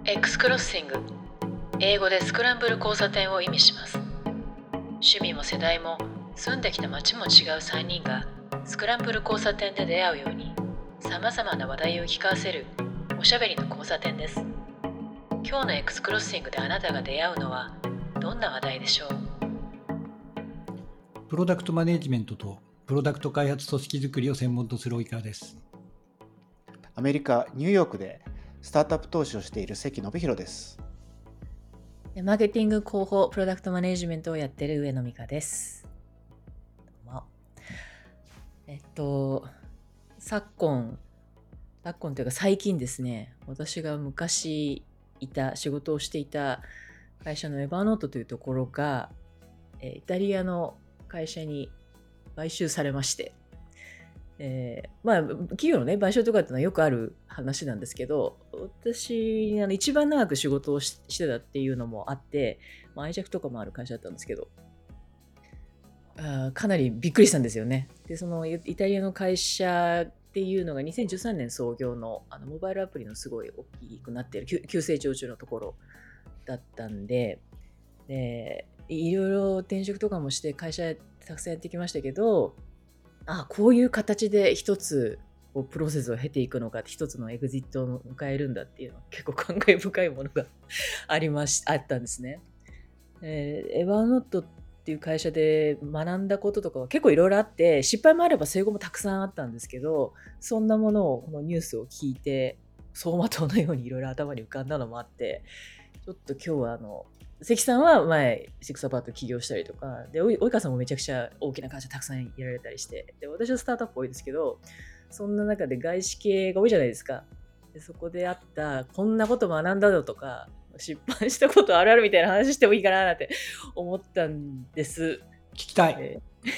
X クロッシング、英語でスクランブル交差点を意味します。趣味も世代も住んできた街も違う3人がスクランブル交差点で出会うように、さまざまな話題を聞かせるおしゃべりの交差点です。今日の X クロッシングであなたが出会うのはどんな話題でしょう？ プロダクトマネジメントとプロダクト開発組織づくりを専門とする及川です。 アメリカ・ニューヨークでスタートアップ投資をしている関信弘です。 マーケティング広報プロダクトマネジメントをやっている上野美香です。昨今というか最近ですね、私が昔仕事をしていた会社のエバーノートというところがイタリアの会社に買収されまして、企業のね買収とかっていうのはよくある話なんですけど、私一番長く仕事をしてたっていうのもあって、愛着とかもある会社だったんですけど、かなりびっくりしたんですよね。でそのイタリアの会社っていうのが2013年創業のモバイルアプリのすごい大きくなっている急成長中のところだったんで、いろいろ転職とかもして会社たくさんやってきましたけど、こういう形で一つプロセスを経ていくのか、一つのエグジットを迎えるんだっていうのは結構感慨深いものがあったんですね。エヴァーノットっていう会社で学んだこととかは結構いろいろあって、失敗もあれば成功もたくさんあったんですけど、そんなものをこのニュースを聞いて走馬灯のようにいろいろ頭に浮かんだのもあって、ちょっと今日は関さんは前シックスアパート起業したりとかで、及川さんもめちゃくちゃ大きな会社たくさんやられたりして、で私はスタートアップ多いですけど、そんな中で外資系が多いじゃないですか。でそこであったこんなこと学んだのとか、失敗したことあるあるみたいな話してもいいかななんて思ったんです。 聞きたい。 で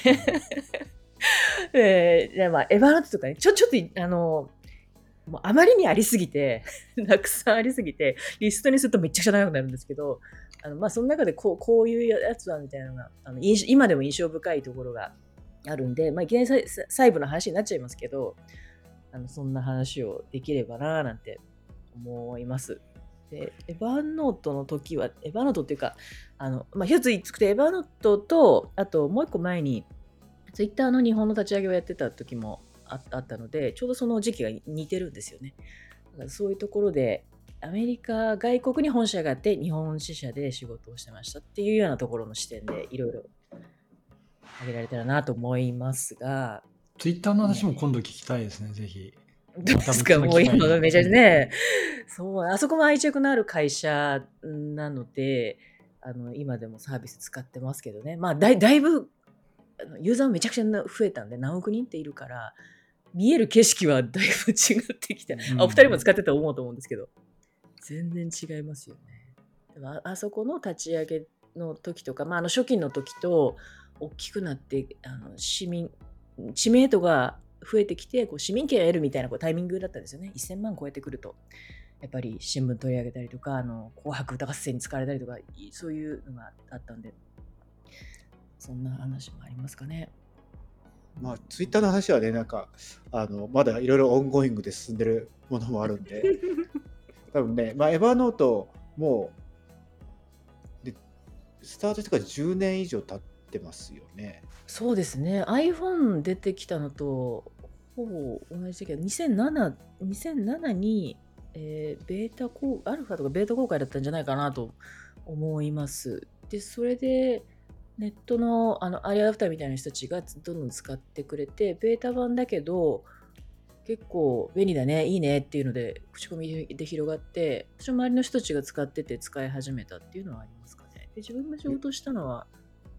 エヴァーノットとかね、ちょっともうあまりにありすぎてたくさんありすぎてリストにするとめっちゃくちゃ長くなるんですけど、その中でこういうやつはみたいなのが今でも印象深いところがあるんで、いきなり細部の話になっちゃいますけど、そんな話をできればななんて思います。でエヴァーノートの時はエヴァーノートっていうか一つつくてエヴァーノートと、あともう一個前にツイッターの日本の立ち上げをやってた時もあったので、ちょうどその時期が似てるんですよね。だからそういうところでアメリカ外国に本社があって日本支社で仕事をしてましたっていうようなところの視点でいろいろ挙げられたらなと思いますが、 ツイッターの話も今度聞きたいですね、ぜひ。 どうですか？もう今めちゃね、そう、あそこも愛着のある会社なので、今でもサービス使ってますけどね。だいぶユーザーもめちゃくちゃ増えたんで、何億人っているから見える景色はだいぶ違ってきた。お二人も使ってたと思うと思うんですけど、全然違いますよね。でもあそこの立ち上げの時とか、初期の時と大きくなって知名度が増えてきて市民権を得るみたいなタイミングだったんですよね。1000万超えてくるとやっぱり新聞取り上げたりとか、紅白歌合戦に使われたりとか、そういうのがあったんで、そんな話もありますかね。 ツイッターの話はね、まだいろいろオンゴーイングで進んでるものもあるんで多分ね、エヴァーノートもでスタートしてから10年以上経ってますよね。 そうですね。iPhone 出てきたのとほぼ同じだけど、2007に、アルファとかベータ公開だったんじゃないかなと思います。で、それでネットのアリアダプターみたいな人たちがどんどん使ってくれて、ベータ版だけど結構便利だね、いいねっていうので口コミで広がって、私の周りの人たちが使ってて使い始めたっていうのはありますかね。で、自分が仕事したのは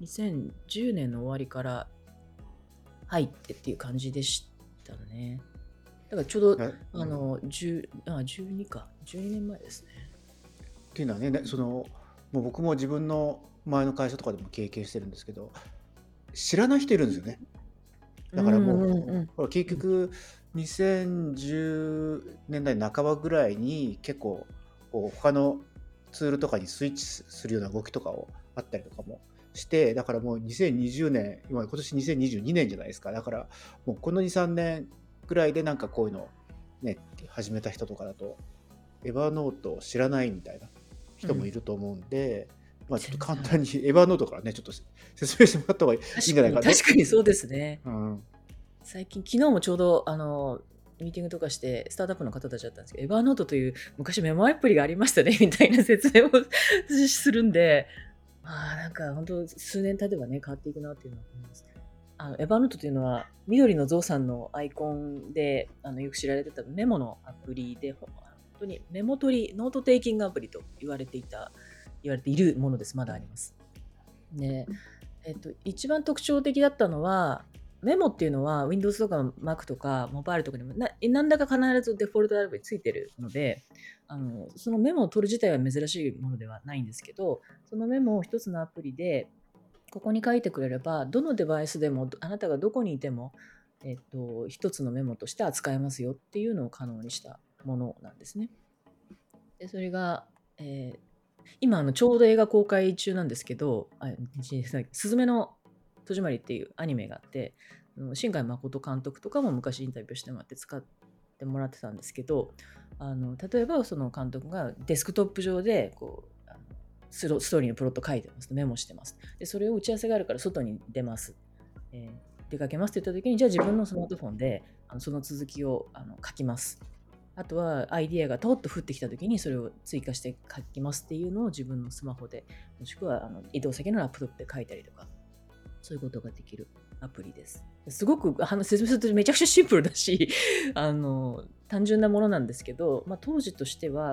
2010年の終わりから入ってっていう感じでしたね。だからちょうど12年前ですね。 っていうのはね、もう僕も自分の前の会社とかでも経験してるんですけど、知らない人いるんですよね。だからもう、結局2010年代半ばぐらいに結構他のツールとかにスイッチするような動きとかをあったりとかもして、だからもう2020年、今年2022年じゃないですか。だからもうこの2、3年ぐらいでこういうのね始めた人とかだとエヴァノートを知らないみたいな人もいると思うんで、ちょっと全然簡単にエヴァノートからね、ちょっと説明してもらった方がいいんじゃないかな。 確かにそうですね。 うん最近、昨日もちょうどミーティングとかしてスタートアップの方たちだったんですけど、エヴァーノートという昔メモアプリがありましたねみたいな説明をするんで、なんか本当数年経てばね変わっていくなっていうのは思います。エヴァーノートというのは緑のゾウさんのアイコンでよく知られてたメモのアプリで、本当にメモ取りノートテイキングアプリと言われているものです。まだあります。で、一番特徴的だったのは、メモっていうのは Windows とか Mac とかモバイルとかにも何だか必ずデフォルトアプリついてるので、そのメモを取る自体は珍しいものではないんですけど、そのメモを一つのアプリでここに書いてくれれば、どのデバイスでもあなたがどこにいても、一つのメモとして扱えますよっていうのを可能にしたものなんですね。でそれが、今ちょうど映画公開中なんですけど、すずめの戸締まりっていうアニメがあって、新海誠監督とかも昔インタビューしてもらって使ってもらってたんですけど、例えばその監督がデスクトップ上でこうストーリーのプロット書いてます、メモしてます。でそれを打ち合わせがあるから外に出ます。出かけますって言った時に、じゃあ自分のスマートフォンでその続きを書きます。あとはアイディアがトッと降ってきた時にそれを追加して書きますっていうのを自分のスマホで、もしくは移動先のラップトップで書いたりとか、そういうことができるアプリです。すごく説明するとめちゃくちゃシンプルだし単純なものなんですけど、当時としては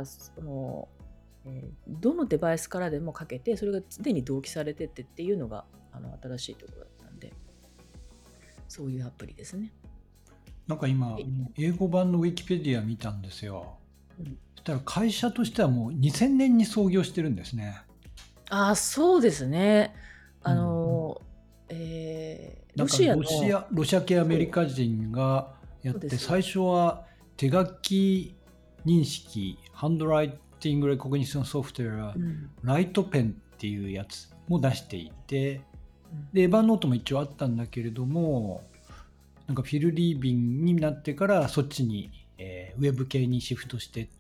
どのデバイスからでも書けて、それが常に同期されててっていうのが新しいところだったんで、そういうアプリですね。 なんか今英語版のウィキペディア見たんですよ。そしたら会社としてはもう2000年に創業してるんですね。 そうですね。 なんロかシアのロシア系アメリカ人がやって、最初は手書き認識ハンドライティングレコグニションソフトウェア、ライトペンっていうやつも出していて、でエヴァノートも一応あったんだけれども、なんかフィル・リービンになってからそっちに、ウェブ系にシフトしていって、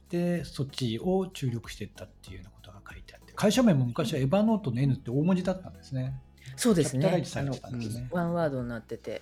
そっちを注力していったっていうようなことが書いてあって、会社名も昔はエヴァノートの N って大文字だったんですね。 そうですね。 ワンワードになってて、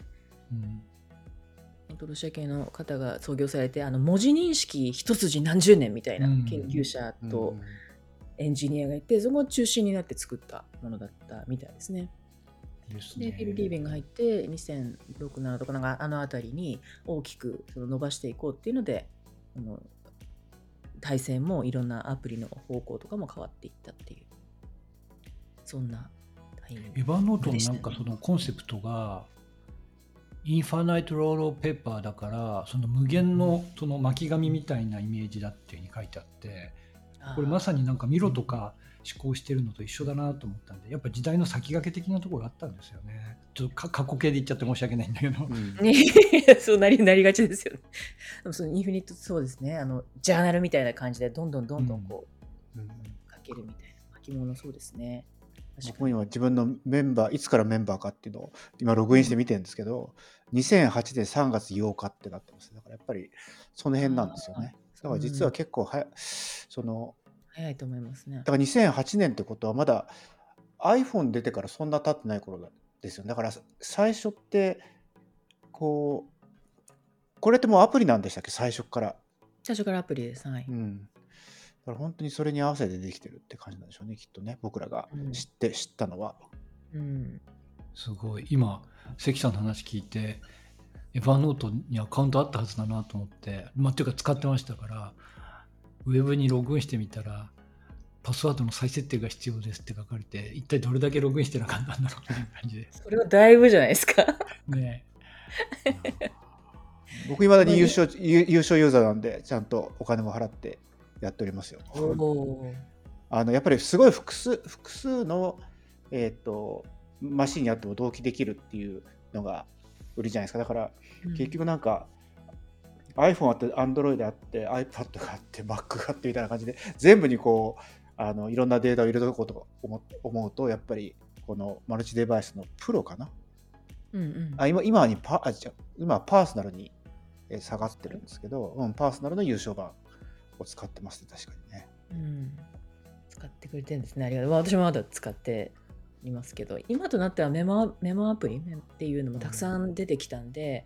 ロシア系の方が創業されて、文字認識一筋何十年みたいな研究者とエンジニアがいて、そこが中心になって作ったものだったみたいですね。でフィル・リービンが入って2006、7とかなんかあたりに大きく伸ばしていこうっていうので、体制もいろんなアプリの方向とかも変わっていったっていう、そんなタイミングでしたね。 エヴァノートのなんかそのコンセプトがインファナイトロールペーパーだから、その無限のその巻き紙みたいなイメージだっていうふうに書いてあって、これまさになんかミロとか思考してるのと一緒だなと思ったんで、やっぱ時代の先駆け的なところがあったんですよね。ちょっと過去形で言っちゃって申し訳ないんだけど、 そうなりがちですよね。でもそのインフィニット、そうですね、ジャーナルみたいな感じでどんどんこう、書けるみたいな巻物、そうですね。 僕も今自分のメンバーいつからメンバーかっていうのを今ログインして見てるんですけど、2008年3月8日ってなってます。だからやっぱりその辺なんですよね。だから実は結構早いと思いますね。 だから2008年ってことはまだ iPhone 出てからそんな経ってない頃ですよね。だから最初ってこれってもうアプリなんでしたっけ、最初から。 最初からアプリです。はい。 だから本当にそれに合わせてできてるって感じなんでしょうね、きっとね、僕らが知ったのは。 すごい。今関さんの話聞いて、エヴァノートにアカウントあったはずだなと思って、っていうか使ってましたから、ウェブにログインしてみたらパスワードの再設定が必要ですって書かれて、一体どれだけログインしてなかったんだろうっていう感じで。 それはだいぶじゃないですか。 ね僕いまだに優勝ユーザーなんで、ちゃんとお金も払ってやっておりますよ。やっぱりすごい複数の、マシンにあっても同期できるっていうのが売りじゃないですか。だから結局なんか、iPhone あって Android あって iPad があって Mac があってみたいな感じで、全部にこういろんなデータを入れとこうと思うと、やっぱりこのマルチデバイスのプロかな、今はパーソナルに下がってるんですけど、パーソナルの優勝版を使ってますね、確かにね。 使ってくれてるんですね。ありがとう。私もまだ使っていますけど、今となってはメモアプリっていうのもたくさん出てきたんで、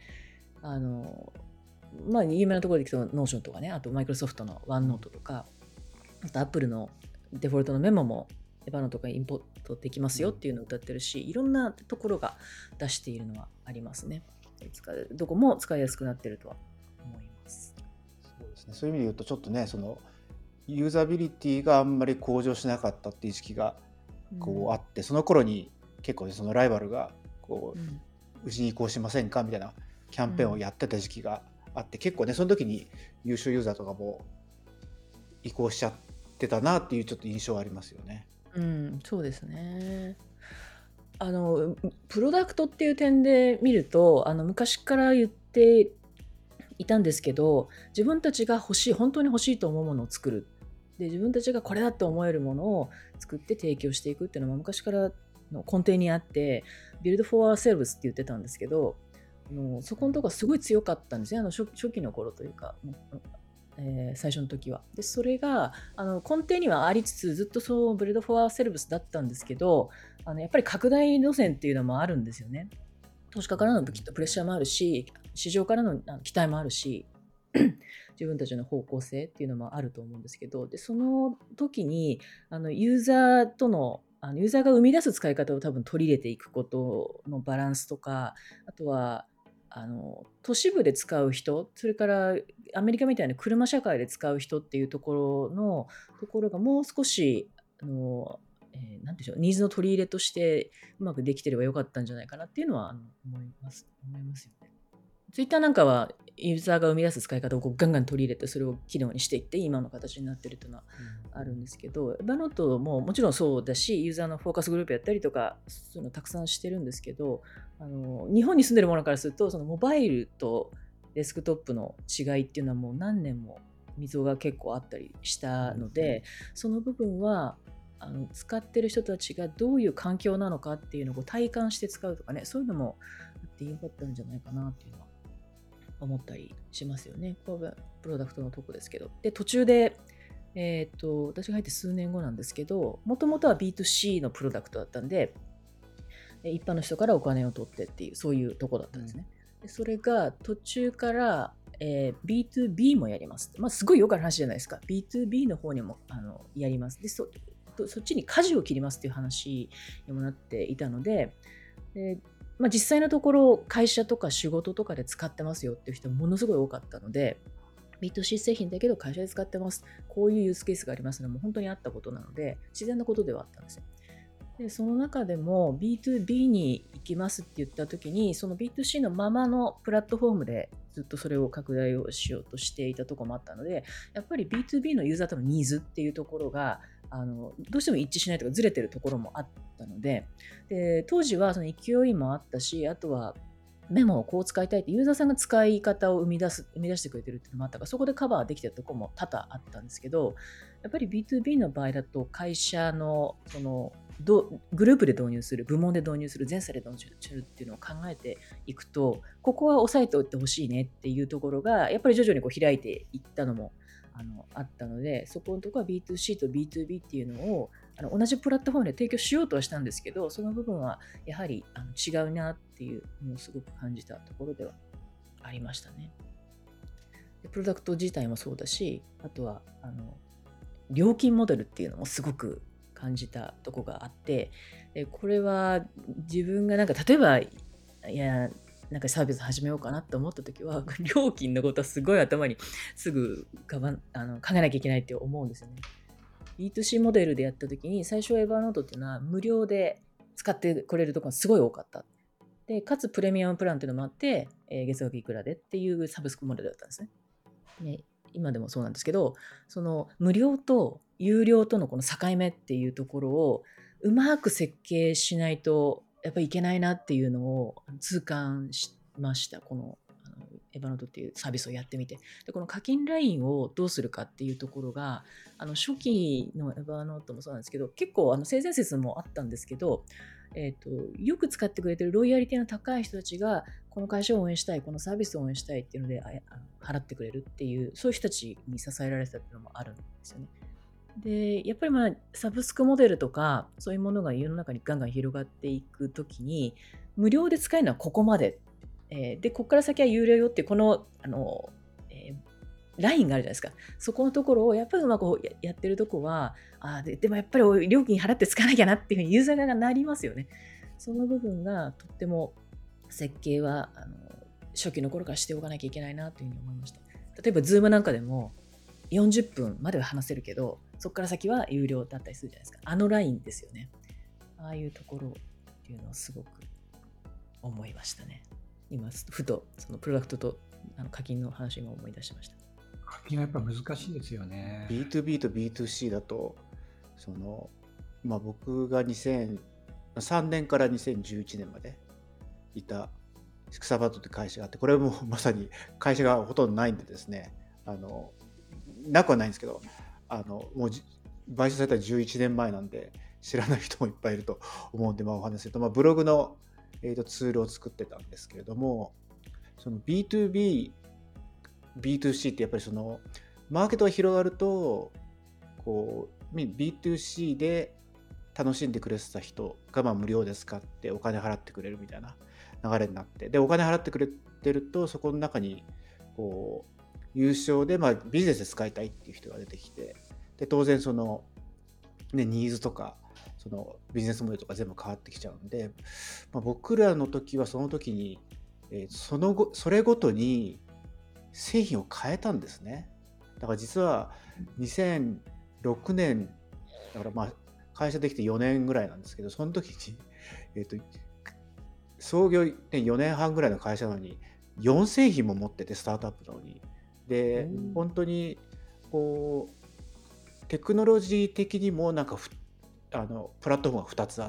まあ有名なところでいくとノーションとかね、あとマイクロソフトのワンノートとか、あとアップルのデフォルトのメモもエヴァノートがインポートできますよっていうのを歌ってるし、いろんなところが出しているのはありますね。どこも使いやすくなってるとは思います。 そうですね。そういう意味で言うとちょっとね、そのユーザビリティがあんまり向上しなかったっていう時期がこうあって、その頃に結構そのライバルがこう、うちに移行しませんかみたいなキャンペーンをやってた時期があって、結構ねその時に優秀ユーザーとかも移行しちゃってたなっていうちょっと印象はありますよね。 そうですね。プロダクトっていう点で見ると、昔から言っていたんですけど、自分たちが本当に欲しいと思うものを作る。で、自分たちがこれだと思えるものを作って提供していくっていうのは昔からの根底にあって、Build for ourselves って言ってたんですけど、そこのところがすごい強かったんですね。初期の頃というか、最初の時は。で、それが根底にはありつつ、ずっとそう Build for ourselves だったんですけど、やっぱり拡大路線っていうのもあるんですよね。投資家からのきっとプレッシャーもあるし、市場からの期待もあるし、自分たちの方向性っていうのもあると思うんですけど、でその時にユーザーが生み出す使い方を多分取り入れていくことのバランスとか、あとは都市部で使う人、それからアメリカみたいな車社会で使う人っていうところがもう少しなんでしょう、ニーズの取り入れとしてうまくできてればよかったんじゃないかなっていうのは思いますよね。ツイッターなんかはユーザーが生み出す使い方をガンガン取り入れてそれを機能にしていって今の形になってるというのはあるんですけど、エヴァノートももちろんそうだし、ユーザーのフォーカスグループやったりとかそういうのたくさんしてるんですけど、日本に住んでるものからするとそのモバイルとデスクトップの違いっていうのはもう何年も溝が結構あったりしたので、その部分は使ってる人たちがどういう環境なのかっていうのを体感して使うとかね、そういうのもあってよかったんじゃないかなっていうのは思ったりしますよね。これはプロダクトのとこですけど。で、途中で、私が入って数年後なんですけど、もともとは B2C のプロダクトだったんで、一般の人からお金を取ってっていう、そういうとこだったんですね。でそれが途中から、B2B もやります。まあ、すごいよくある話じゃないですか。B2B の方にもやります。でそっちに舵を切りますっていう話にもなっていたので、実際のところ会社とか仕事とかで使ってますよっていう人もものすごい多かったので、 B2C 製品だけど会社で使ってます、こういうユースケースがありますのも本当にあったことなので自然なことではあったんですよ。でその中でも B2B に行きますって言った時に、その B2C のままのプラットフォームでずっとそれを拡大をしようとしていたところもあったので、やっぱり B2B のユーザーとのニーズっていうところがどうしても一致しないとかずれてるところもあったので、当時はその勢いもあったし、あとはメモをこう使いたいってユーザーさんが使い方を生み出してくれてるっていうのもあったから、そこでカバーできてるところも多々あったんですけど、やっぱり B2B の場合だと会社のグループで導入する、部門で導入する、全社で導入するっていうのを考えていくと、ここは押さえておいてほしいねっていうところがやっぱり徐々にこう開いていったのもあったので、そこのところは B2C と B2B っていうのを同じプラットフォームで提供しようとはしたんですけど、その部分はやはり違うなっていうのをすごく感じたところではありましたね。でプロダクト自体もそうだし、あとは料金モデルっていうのもすごく感じたところがあって、これは自分がなんか例えばなんかサービス始めようかなって思った時は料金のことはすごい頭にすぐ考えなきゃいけないって思うんですよね。B2C モデルでやった時に最初はエヴァノートっていうのは無料で使ってくれるところがすごい多かった。でかつプレミアムプランっていうのもあって、月額いくらでっていうサブスクモデルだったんですね。今でもそうなんですけど、その無料と有料とのこの境目っていうところをうまく設計しないとやっぱりいけないなっていうのを痛感しました。このエヴァノートっていうサービスをやってみて、でこの課金ラインをどうするかっていうところが初期のエヴァノートもそうなんですけど、結構性善説もあったんですけど、 よく使ってくれてるロイヤリティの高い人たちがこの会社を応援したい、このサービスを応援したいっていうので払ってくれるっていう、そういう人たちに支えられてたっていうのもあるんですよね。で、やっぱりサブスクモデルとかそういうものが世の中にガンガン広がっていくときに、無料で使えるのはここまで、でここから先は有料よっていうこのラインがあるじゃないですか。そこのところをやっぱりうまくやってるとこは、でもやっぱり料金払って使わなきゃなっていうふうにユーザー側がなりますよね。その部分がとっても設計は初期の頃からしておかなきゃいけないなというふうに思いました。例えば Zoom なんかでも40分までは話せるけど、そこから先は有料だったりするじゃないですか。あのラインですよね。ああいうところっていうのをすごく思いましたね。今ふとそのプロダクトと課金の話も思い出しました。 課金はやっぱ難しいですよね。 B2B と B2C だと僕が2003年から2011年までいたシクサバートという会社があって、これもまさに会社がほとんどないんでですね、なくはないんですけど、もう買収されたら11年前なんで知らない人もいっぱいいると思うんで、お話すると、ブログの、ツールを作ってたんですけれども、その B2B、B2C ってやっぱりマーケットが広がるとB2C で楽しんでくれてた人が無料で使ってお金払ってくれるみたいな流れになって、でお金払ってくれてるとそこの中に有償でビジネスで使いたいっていう人が出てきて、で当然ニーズとかビジネスモデルとか全部変わってきちゃうんで、僕らの時はその時に、それごとに製品を変えたんですね。だから実は2006年だから会社できて4年ぐらいなんですけど、その時に、創業4年半ぐらいの会社なのに4製品も持ってて、スタートアップなのに。で、本当にテクノロジー的にもプラットフォームが2つあって、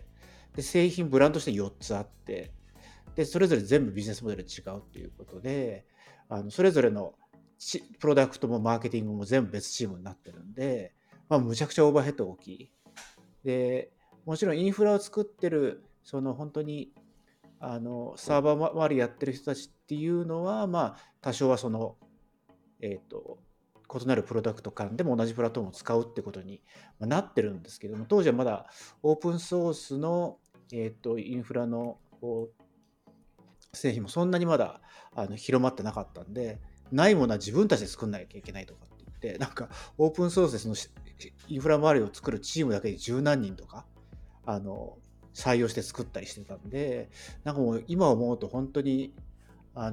で製品ブランドとして4つあって、でそれぞれ全部ビジネスモデル違うっていうことで、それぞれのプロダクトもマーケティングも全部別チームになってるんで、むちゃくちゃオーバーヘッド大きい。でもちろんインフラを作ってる本当にサーバー周りやってる人たちっていうのは多少は異なるプロダクト間でも同じプラットフォームを使うってことになってるんですけども、当時はまだオープンソースのインフラの製品もそんなにまだ広まってなかったんで、ないものは自分たちで作んなきゃいけないとかって言って、オープンソースでインフラ周りを作るチームだけで10何人とか採用して作ったりしてたんで、もう今思うと本当にあ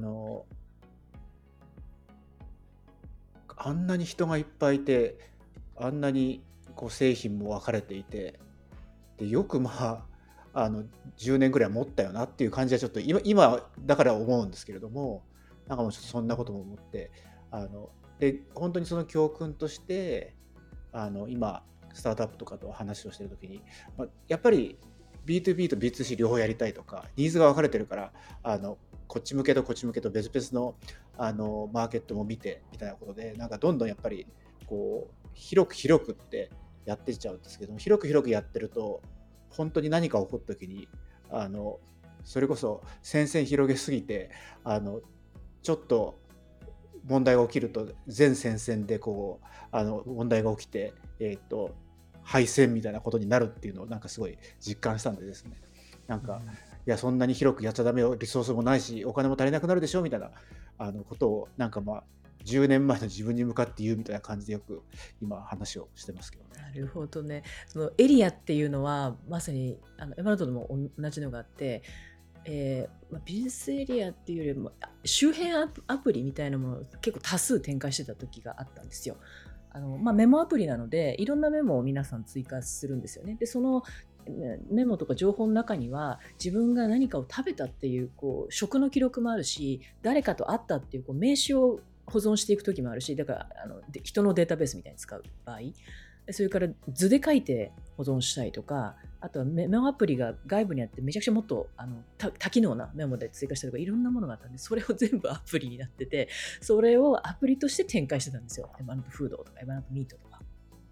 んなに人がいっぱいいて、あんなに製品も分かれていて、でよく10年ぐらい持ったよなっていう感じはちょっと今だから思うんですけれども、もうちょっとそんなことも思って、で本当にその教訓として今スタートアップとかと話をしているときに、やっぱり B2B と B2C 両方やりたいとか、ニーズが分かれてるからこっち向けとこっち向けと別々のマーケットも見てみたいなことで、どんどんやっぱり広くってやっていっちゃうんですけども、広くやってると本当に何か起こった時にそれこそ戦線広げすぎてちょっと問題が起きると全戦線で問題が起きて敗戦みたいなことになるっていうのをすごい実感したんでですね、いやそんなに広くやっちゃダメよ、リソースもないしお金も足りなくなるでしょみたいなことを10年前の自分に向かって言うみたいな感じでよく今話をしてますけどね。 なるほどね。そのエリアっていうのはまさにエバノートでも同じのがあって、ビジネスエリアっていうよりも周辺アプリみたいなものを結構多数展開してた時があったんですよ。メモアプリなのでいろんなメモを皆さん追加するんですよね。でそのメモとか情報の中には自分が何かを食べたっていう食の記録もあるし、誰かと会ったっていう名刺を保存していく時もあるし、だから人のデータベースみたいに使う場合、それから図で書いて保存したいとか、あとはメモアプリが外部にあってめちゃくちゃもっと多機能なメモで追加したりとかいろんなものがあったんで、それを全部アプリになってて、それをアプリとして展開してたんですよ。エバノートフードとかエバノートミートとか。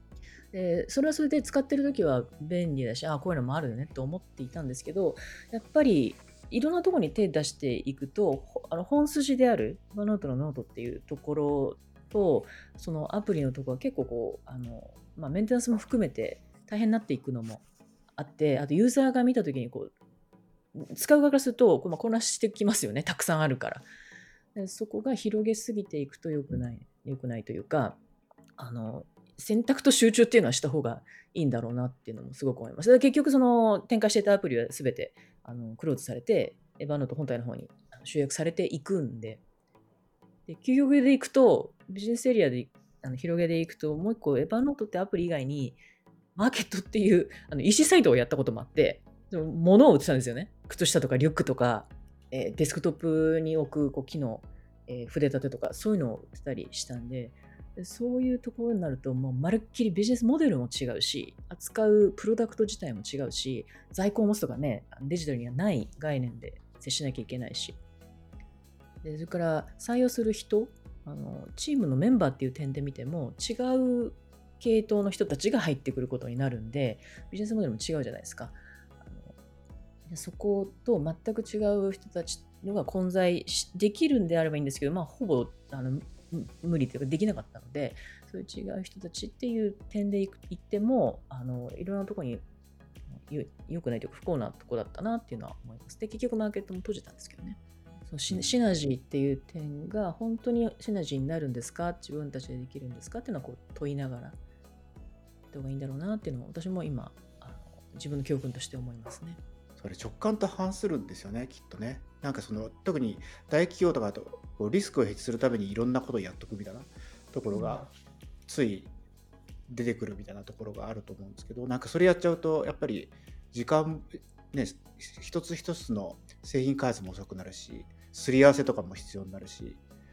でそれはそれで使ってる時は便利だし、こういうのもあるよねと思っていたんですけど、やっぱりいろんなところに手出していくと、本筋であるエヴァノートのノートっていうところと、そのアプリのところは結構こうメンテナンスも含めて大変になっていくのもあって、あとユーザーが見た時にこう使う側からすると混乱してきますよね、たくさんあるから。でそこが広げすぎていくと良くないというか、選択と集中っていうのはした方がいいんだろうなっていうのもすごく思います。結局その展開していたアプリは全てクローズされて、エヴァノート本体の方に集約されていくんで、究極でいくと、ビジネスエリアで広げていくと、もう一個エヴァノートってアプリ以外にマーケットっていうEC サイトをやったこともあって、物を売ってたんですよね。靴下とかリュックとか、デスクトップに置く機能、筆立てとかそういうのを売ってたりしたんで、そういうところになるともうまるっきりビジネスモデルも違うし、扱うプロダクト自体も違うし、在庫を持つとかね、デジタルにはない概念で接しなきゃいけないし、でそれから採用する人、チームのメンバーっていう点で見ても違う系統の人たちが入ってくることになるんで、ビジネスモデルも違うじゃないですか。そこと全く違う人たちのが混在できるんであればいいんですけど、ほぼ無理というかできなかったので、そういう違う人たちっていう点で言ってもいろんなところに良くないというか不幸なところだったなっていうのは思います。で結局マーケットも閉じたんですけどね。シナジーっていう点が本当にシナジーになるんですか、自分たちでできるんですかっていうのはこう問いながらやった方がいいんだろうなっていうのを私も今自分の教訓として思いますね。 それ直感と反するんですよね、きっとね。なんか特に大企業とかだとリスクをヘッジするためにいろんなことをやっとくみたいなところがつい出てくるみたいなところがあると思うんですけど、なんかそれやっちゃうとやっぱり時間ね、一つ一つの製品開発も遅くなるし、すり合わせとかも必要になるし、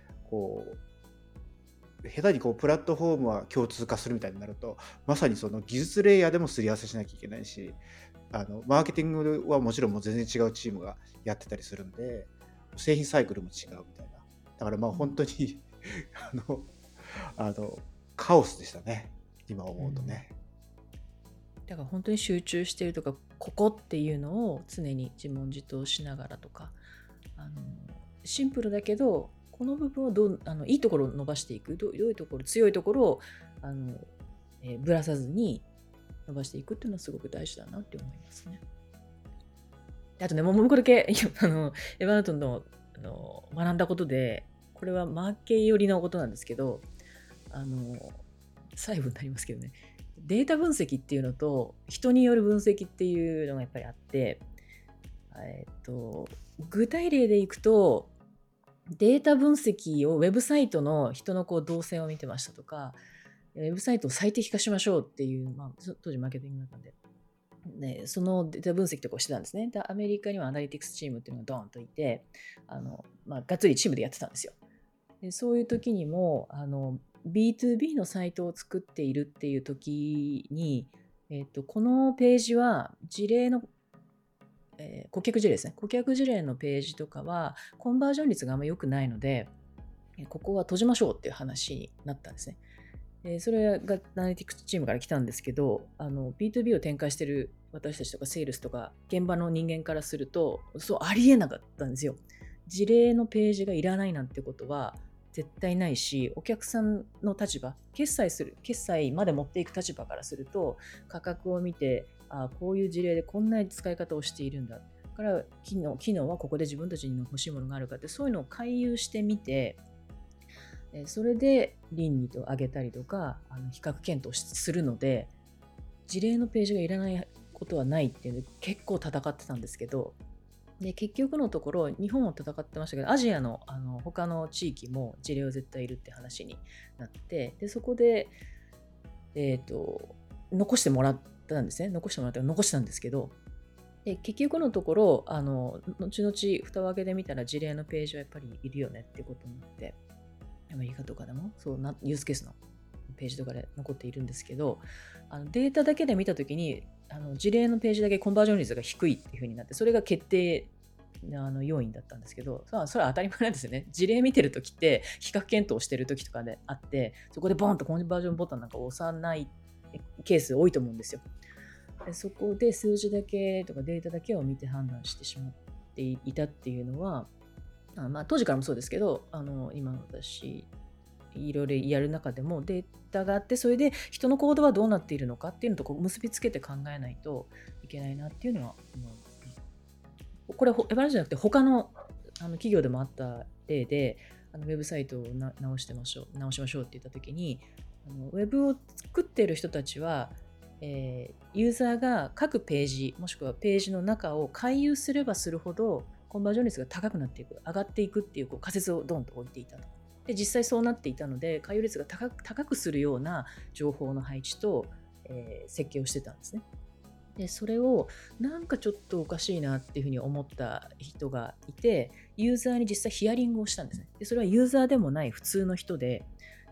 下手にプラットフォームは共通化するみたいになると、まさにその技術レイヤーでもすり合わせしなきゃいけないし、マーケティングはもちろんもう全然違うチームがやってたりするんで、製品サイクルも違うみたいな。だから本当にカオスでしたね、今思うとね。 だから本当に集中しているとか、ここっていうのを常に自問自答しながらとか、シンプルだけどこの部分をいいところを伸ばしていく、良いところ、強いところをぶらさずに伸ばしていくっていうのはすごく大事だなって思いますね。あとね、もう一個だけエヴァノートの学んだことで、これはマーケ寄りのことなんですけど、細部になりますけどね、データ分析っていうのと人による分析っていうのがやっぱりあって、具体例でいくと、データ分析をウェブサイトの人の動線を見てましたとか、ウェブサイトを最適化しましょうっていう、当時マーケティングだったんで、そのデータ分析とかをしてたんですね。でアメリカにはアナリティクスチームっていうのがドーンといて、がっつりチームでやってたんですよ。でそういう時にもB2B のサイトを作っているっていう時に、このページは事例の顧客事例ですね。顧客事例のページとかはコンバージョン率があんま良くないので、ここは閉じましょうっていう話になったんですね。それがアナリティクスチームから来たんですけど、B2B を展開している私たちとかセールスとか現場の人間からすると、そうありえなかったんですよ。事例のページがいらないなんてことは絶対ないし、お客さんの立場、決済まで持っていく立場からすると、価格を見て、こういう事例でこんな使い方をしているんだから機能はここで自分たちに欲しいものがあるかって、そういうのを回遊してみて、それで倫理と上げたりとか比較検討するので、事例のページがいらないことはないっていうので結構戦ってたんですけど、で結局のところ日本も戦ってましたけど、アジアの他の地域も事例は絶対いるって話になって、でそこで残してもらったんですね。残したんですけど、で結局のところ後々蓋を開けてみたら事例のページはやっぱりいるよねってことになって、アメリカとかでもそうユースケースのページとかで残っているんですけど、データだけで見たときに事例のページだけコンバージョン率が低いっていう風になって、それが決定要因だったんですけど、それは当たり前なんですよね。事例見てるときって比較検討してるときとかであって、そこでボンとコンバージョンボタンなんか押さないケース多いと思うんですよ。でそこで数字だけとかデータだけを見て判断してしまっていたっていうのは、当時からもそうですけど、今私いろいろやる中でもデータがあって、それで人の行動はどうなっているのかっていうのと結びつけて考えないといけないなっていうのは思いますね。これエヴァラじゃなくて他の企業でもあった例で、ウェブサイトを直しましょうって言った時に、ウェブを作っている人たちは、ユーザーが各ページもしくはページの中を回遊すればするほどコンバージョン率が高くなっていく、上がっていくっていう仮説をドンと置いていたと。で実際そうなっていたので、回遊率が高くするような情報の配置と、設計をしてたんですね。でそれをなんかちょっとおかしいなっていうふうに思った人がいて、ユーザーに実際ヒアリングをしたんですね。でそれはユーザーでもない普通の人で、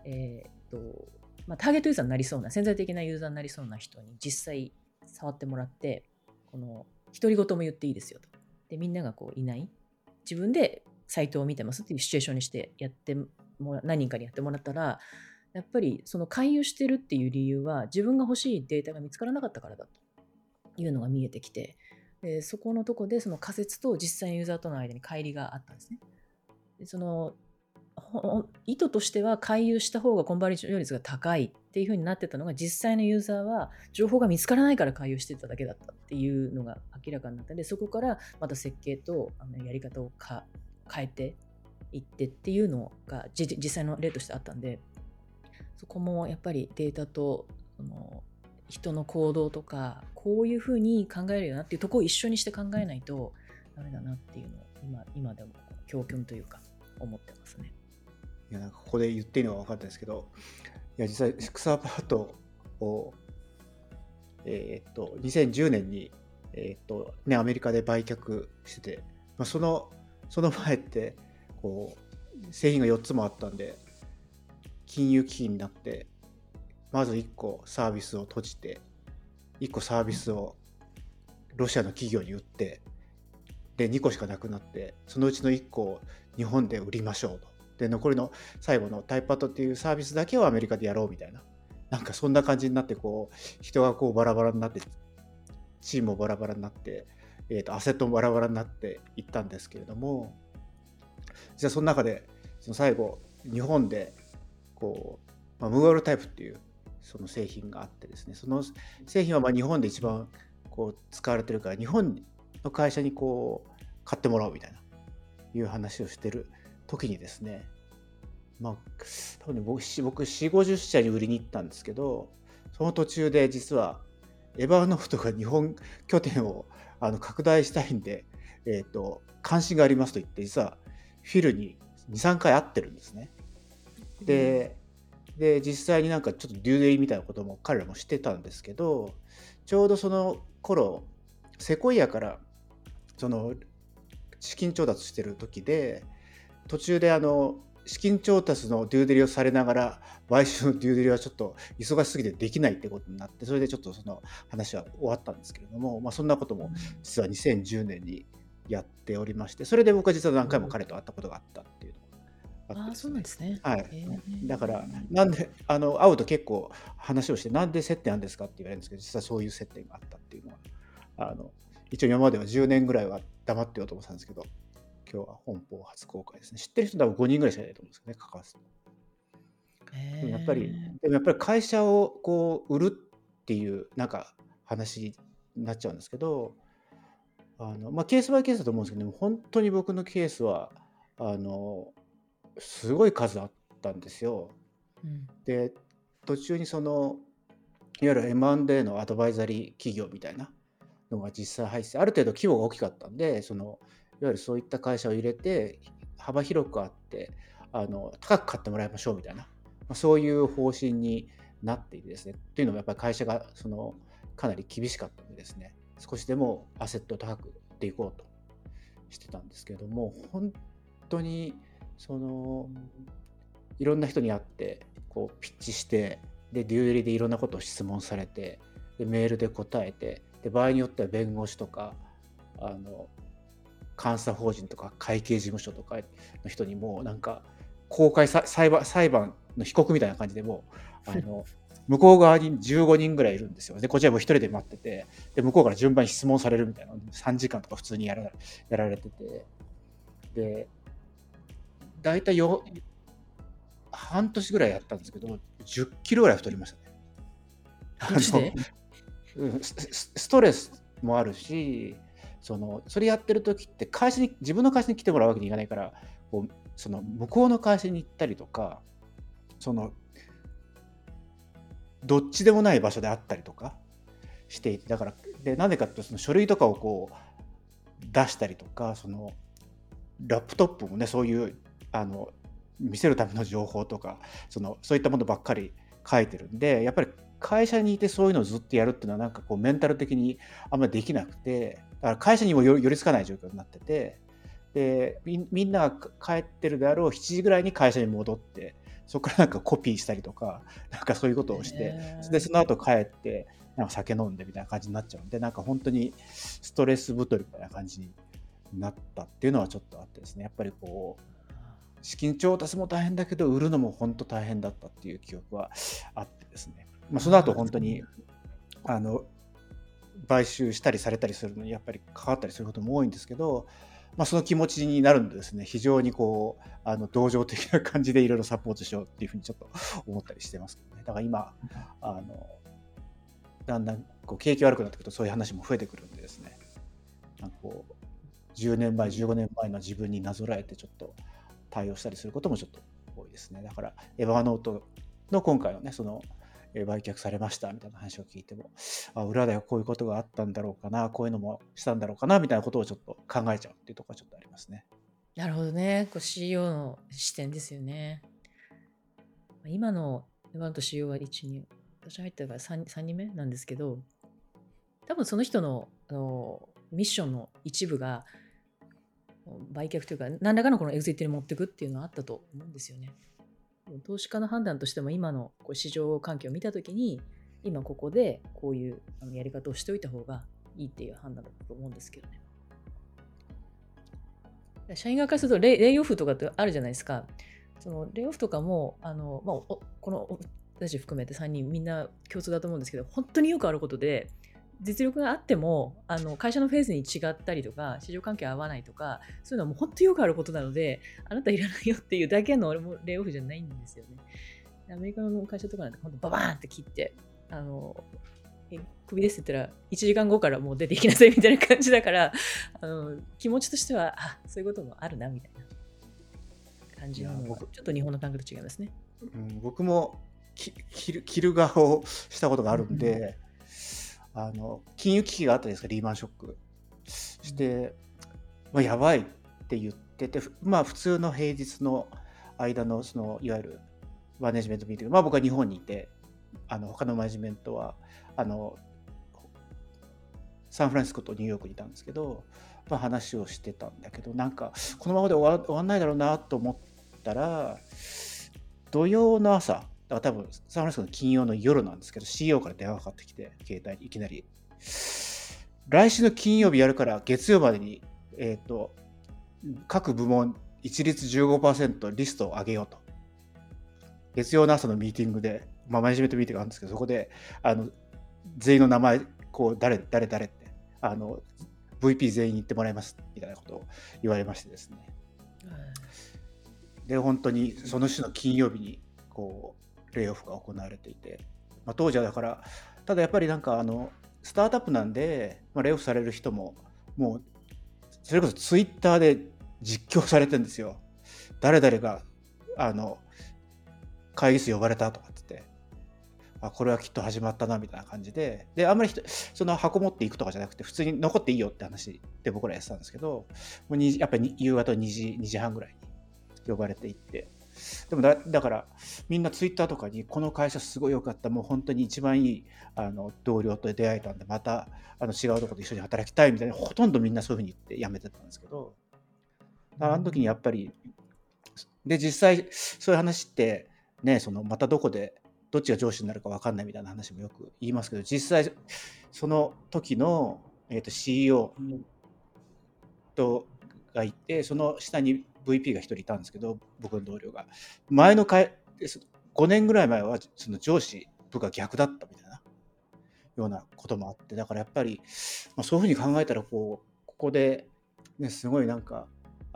ターゲットユーザーになりそうな、潜在的なユーザーになりそうな人に実際触ってもらって、この独り言も言っていいですよと。でみんながいない、自分でサイトを見てますっていうシチュエーションにして何人かにやってもらったら、やっぱりその回遊してるっていう理由は自分が欲しいデータが見つからなかったからだというのが見えてきて、そこのとこでその仮説と実際のユーザーとの間に乖離があったんですね。でその意図としては回遊した方がコンバージョン率が高いっていう風になってたのが、実際のユーザーは情報が見つからないから回遊してただけだったっていうのが明らかになったので、そこからまた設計とやり方を変えていってっていうのが実際の例としてあったんで、そこもやっぱりデータと人の行動とかこういう風に考えるよなっていうところを一緒にして考えないとダメだなっていうのを今でも教訓というか思ってますね。 いやなんかここで言っていいのは分かったんですけど、いや実際6アパートを、2010年に、アメリカで売却してて、その前って製品が4つもあったんで、金融危機になってまず1個サービスを閉じて、1個サービスをロシアの企業に売って、で2個しかなくなって、そのうちの1個を日本で売りましょうと。で残りの最後のタイパッドっていうサービスだけをアメリカでやろうみたいな、なんかそんな感じになって、人がバラバラになって、チームもバラバラになって、アセットもバラバラになっていったんですけれども、じゃあその中でその最後日本でムーアルタイプっていうその製品があってですね、その製品は日本で一番使われてるから、日本の会社に買ってもらおうみたいないう話をしてる時にですね、多分ね、僕4、50社に売りに行ったんですけど、その途中で実はエバーノートが日本拠点を拡大したいんで、関心がありますと言って、実はフィルに 2,3 回会ってるんですね。で実際になんかちょっとデューデリみたいなことも彼らもしてたんですけど、ちょうどその頃セコイアからその資金調達してる時で、途中で資金調達のデューデリをされながら買収のデューデリはちょっと忙しすぎてできないってことになって、それでちょっとその話は終わったんですけれども、そんなことも実は2010年にやっておりまして、それで僕は実は何回も彼と会ったことがあったっていうのがあってですね。 そうなんですね。 はい。だからなんで会うと結構話をして、なんで接点あるんですかって言われるんですけど、実はそういう接点があったっていうのは一応今までは10年ぐらいは黙ってようと思ってたんですけど、今日は本邦初公開ですね。知ってる人多分5人ぐらいしかいないと思うんですけどね、関わって。でもやっぱり会社を売るっていうなんか話になっちゃうんですけど、ケースバイケースだと思うんですけど、本当に僕のケースはすごい数あったんですよ。で途中にいわゆる M&A のアドバイザリー企業みたいなのが実際入って、ある程度規模が大きかったんで、いわゆるそういった会社を入れて幅広くあって高く買ってもらいましょうみたいな、そういう方針になっていてですね、というのもやっぱり会社がかなり厳しかったのでですね、少しでもアセットを高く売っていこうとしてたんですけれども、本当にいろんな人に会ってピッチして、でデューデリでいろんなことを質問されて、でメールで答えて、で場合によっては弁護士とか監査法人とか会計事務所とかの人にもなんか公開裁判の被告みたいな感じでもう向こう側に15人ぐらいいるんですよ。で、こちらも一人で待ってて、で、向こうから順番に質問されるみたいな、3時間とか普通にやられてて、で、大体半年ぐらいやったんですけど、10キロぐらい太りましたね。 半年でストレスもあるし、それやってる時って自分の会社に来てもらうわけにいかないから、こう向こうの会社に行ったりとか、どっちでもない場所であったりとかしていて、だからでなんでかっていうと、書類とかをこう出したりとか、ラップトップもね、そういう見せるための情報とかそういったものばっかり書いてるんで、やっぱり会社にいてそういうのをずっとやるっていうのはなんかこうメンタル的にあんまりできなくて、だから会社にも寄りつかない状況になってて、でみんなが帰ってるであろう7時ぐらいに会社に戻って、そこからなんかコピーしたりとか、なんかそういうことをして、でその後帰ってなんか酒飲んでみたいな感じになっちゃうんで、なんか本当にストレス太りみたいな感じになったっていうのはちょっとあってですね、やっぱりこう資金調達も大変だけど売るのも本当大変だったっていう記憶はあってですね、その後本当に買収したりされたりするのにやっぱり関わったりすることも多いんですけど、その気持ちになるんでですね、非常にこう同情的な感じでいろいろサポートしようっていうふうにちょっと思ったりしてますけどね。だから今だんだんこう景気悪くなってくるとそういう話も増えてくるんでですね、なんかこう10年前15年前の自分になぞらえてちょっと対応したりすることもちょっと多いですね。だからエヴァーノートの今回のね、売却されましたみたいな話を聞いても、裏ではこういうことがあったんだろうかな、こういうのもしたんだろうかなみたいなことをちょっと考えちゃうっていうところがちょっとありますね。 なるほどね。CEO の視点ですよね。今のエヴァント CEO は1、2、私入ったから 3人目なんですけど、多分その人のミッションの一部が売却というか何らかのこのエグゼクティブに持っていくっていうのはあったと思うんですよね。投資家の判断としても今のこう市場環境を見たときに今ここでこういうやり方をしておいた方がいいっていう判断だったと思うんですけどね。社員側からするとレイオフとかってあるじゃないですか。そのレイオフとかもこの私含めて3人みんな共通だと思うんですけど、本当によくあることで、実力があっても会社のフェーズに違ったりとか市場関係合わないとか、そういうのはもう本当によくあることなので、あなたいらないよっていうだけのレイオフじゃないんですよね。アメリカの会社とかなんて本当ババーンって切ってクビですって言ったら1時間後からもう出ていきなさいみたいな感じだから気持ちとしてはそういうこともあるなみたいな感じのちょっと日本の感覚と違いますね。 僕も切る側をしたことがあるんで、金融危機があったですか、リーマンショックして、やばいって言ってて、普通の平日の間のいわゆるマネジメントミーティング、僕は日本にいて他のマネジメントはサンフランシスコとニューヨークにいたんですけど、話をしてたんだけど、なんかこのままで終わんないだろうなと思ったら、土曜の朝、だから多分サンフランシスコの金曜の夜なんですけど、 CEO から電話がかかってきて、携帯にいきなり来週の金曜日やるから月曜までに各部門一律 15% リストを上げようと。月曜の朝のミーティングで、マネジメントミーティングがあるんですけど、そこで全員の名前こう誰ってVP 全員に言ってもらいますみたいなことを言われましてですね、で本当にその週の金曜日にこうレイオフが行われていて、当時はだから、ただやっぱりなんかスタートアップなんで、レイオフされる人ももうそれこそツイッターで実況されてるんですよ。誰々が会議室呼ばれたとかって言って、これはきっと始まったなみたいな感じで、あんまりその箱持っていくとかじゃなくて、普通に残っていいよって話で僕らやってたんですけど、もうやっぱり夕方2時半ぐらいに呼ばれていって、でもだからみんなツイッターとかに、この会社すごい良かった、もう本当に一番いい同僚と出会えたんで、また違うところで一緒に働きたいみたいな、ほとんどみんなそういうふうに言って辞めてたんですけど、あの時にやっぱりで実際そういう話ってね、またどこでどっちが上司になるか分かんないみたいな話もよく言いますけど、実際その時の、CEO がいて、その下に VP が1人いたんですけど、僕の同僚が前の5年ぐらい前はその上司プが逆だったみたいなようなこともあって、だからやっぱり、そういうふうに考えたらここで、ね、すごいなんか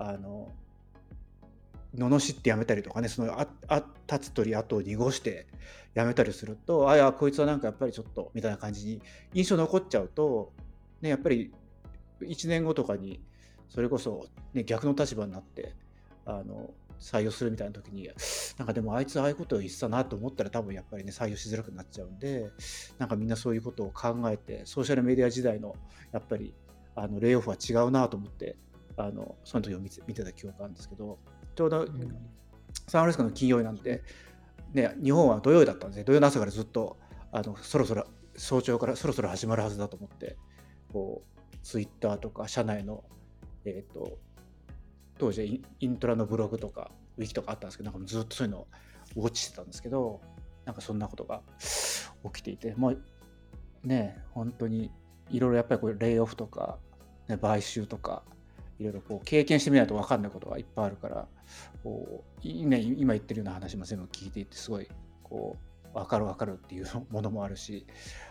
罵ってやめたりとかね、その立つ鳥跡を濁してやめたりすると、いやこいつはなんかやっぱりちょっとみたいな感じに印象残っちゃうと、ね、やっぱり1年後とかにそれこそ、ね、逆の立場になって採用するみたいな時に、なんかでもあいつああいうことを言ってたなと思ったら多分やっぱりね採用しづらくなっちゃうんで、なんかみんなそういうことを考えて、ソーシャルメディア時代のやっぱりレイオフは違うなと思って、その時を見てた記憶があるんですけど、ちょうどサンフランシスコの金曜日なんて、ね、日本は土曜日だったんですね。土曜の朝からずっとそろそろ早朝からそろそろ始まるはずだと思って、こうツイッターとか社内の当時はイントラのブログとかウィキとかあったんですけど、なんかずっとそういうのをウォッチしてたんですけど、なんかそんなことが起きていて、もうね、本当にいろいろやっぱりこうレイオフとか、ね、買収とかいろいろこう経験してみないと分かんないことがいっぱいあるから、こう、ね、今言ってるような話も全部聞いていて、すごいこう分かるっていうものもあるし、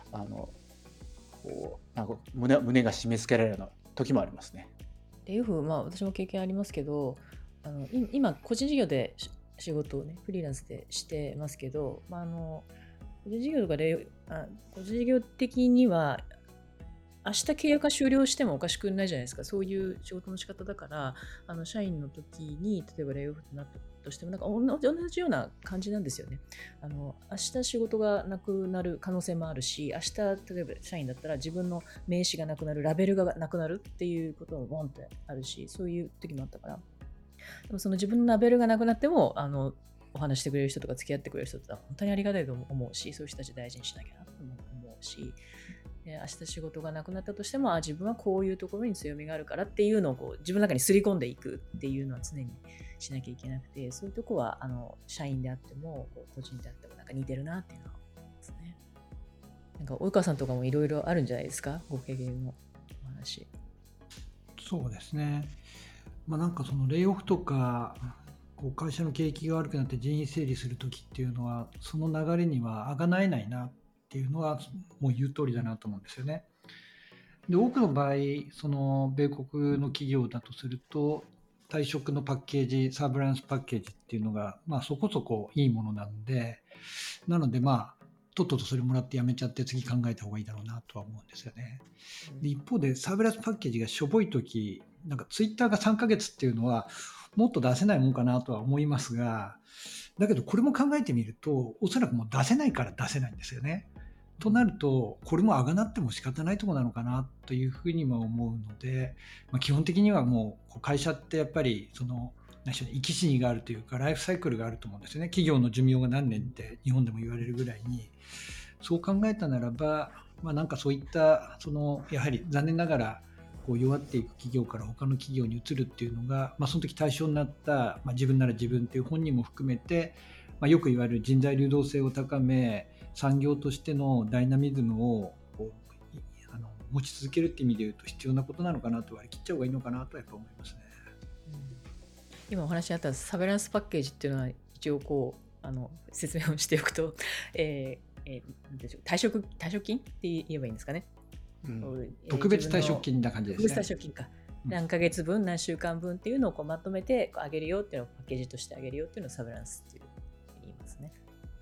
こうなんか胸が締め付けられるような時もありますね。 レイオフ、私も経験ありますけど、今個人事業で仕事をねフリーランスでしてますけど、個人事業とか個人事業的には明日契約が終了してもおかしくないじゃないですか。そういう仕事の仕方だから、社員の時に例えばレイオフになったとしても、なんか同じような感じなんですよね。明日仕事がなくなる可能性もあるし、明日例えば社員だったら自分の名刺がなくなる、ラベルがなくなるっていうこともボンってあるし、そういう時もあったから、でもその自分のラベルがなくなってもお話してくれる人とか付き合ってくれる人って本当にありがたいと思うし、そういう人たち大事にしなきゃなと思うし、明日仕事がなくなったとしても、自分はこういうところに強みがあるからっていうのをこう自分の中にすり込んでいくっていうのは常にしなきゃいけなくて、そういうとこは社員であっても個人であってもなんか似てるなっていうのは思いますね。なんか及川さんとかもいろいろあるんじゃないですか、ご経験のお話。 そうですね。なんかそのレイオフとかこう会社の景気が悪くなって人員整理するときっていうのは、その流れにはあがなえないなっていうのはもう言う通りだなと思うんですよね。で、多くの場合、その米国の企業だとすると、退職のパッケージ、サーブランスパッケージっていうのが、そこそこいいものなんで、なのでとっととそれもらってやめちゃって次考えた方がいいだろうなとは思うんですよね。で、一方でサーブランスパッケージがしょぼいとき、なんかツイッターが3ヶ月っていうのはもっと出せないもんかなとは思いますが、だけどこれも考えてみると、おそらくもう出せないから出せないんですよね。となると、これもあがなっても仕方ないところなのかなというふうにも思うので、基本的にはもう会社ってやっぱりその生き死にがあるというかライフサイクルがあると思うんですよね。企業の寿命が何年って日本でも言われるぐらいに、そう考えたならば、なんかそういったそのやはり残念ながらこう弱っていく企業から他の企業に移るっていうのが、その時対象になった、自分なら自分っていう本人も含めて、よく言われる人材流動性を高め、産業としてのダイナミズムを持ち続けるっていう意味で言うと必要なことなのかなと割り切っちゃう方がいいのかなとやっぱ思いますね。 今お話にあったサベランスパッケージっていうのは一応こう説明をしておくと、退職金って言えばいいんですかね。 特別退職金な感じですね。 特別退職金か。何ヶ月分何週間分っていうのをこうまとめてあげるよっていうのをパッケージとしてあげるよっていうのをサベランスっていう言いますね。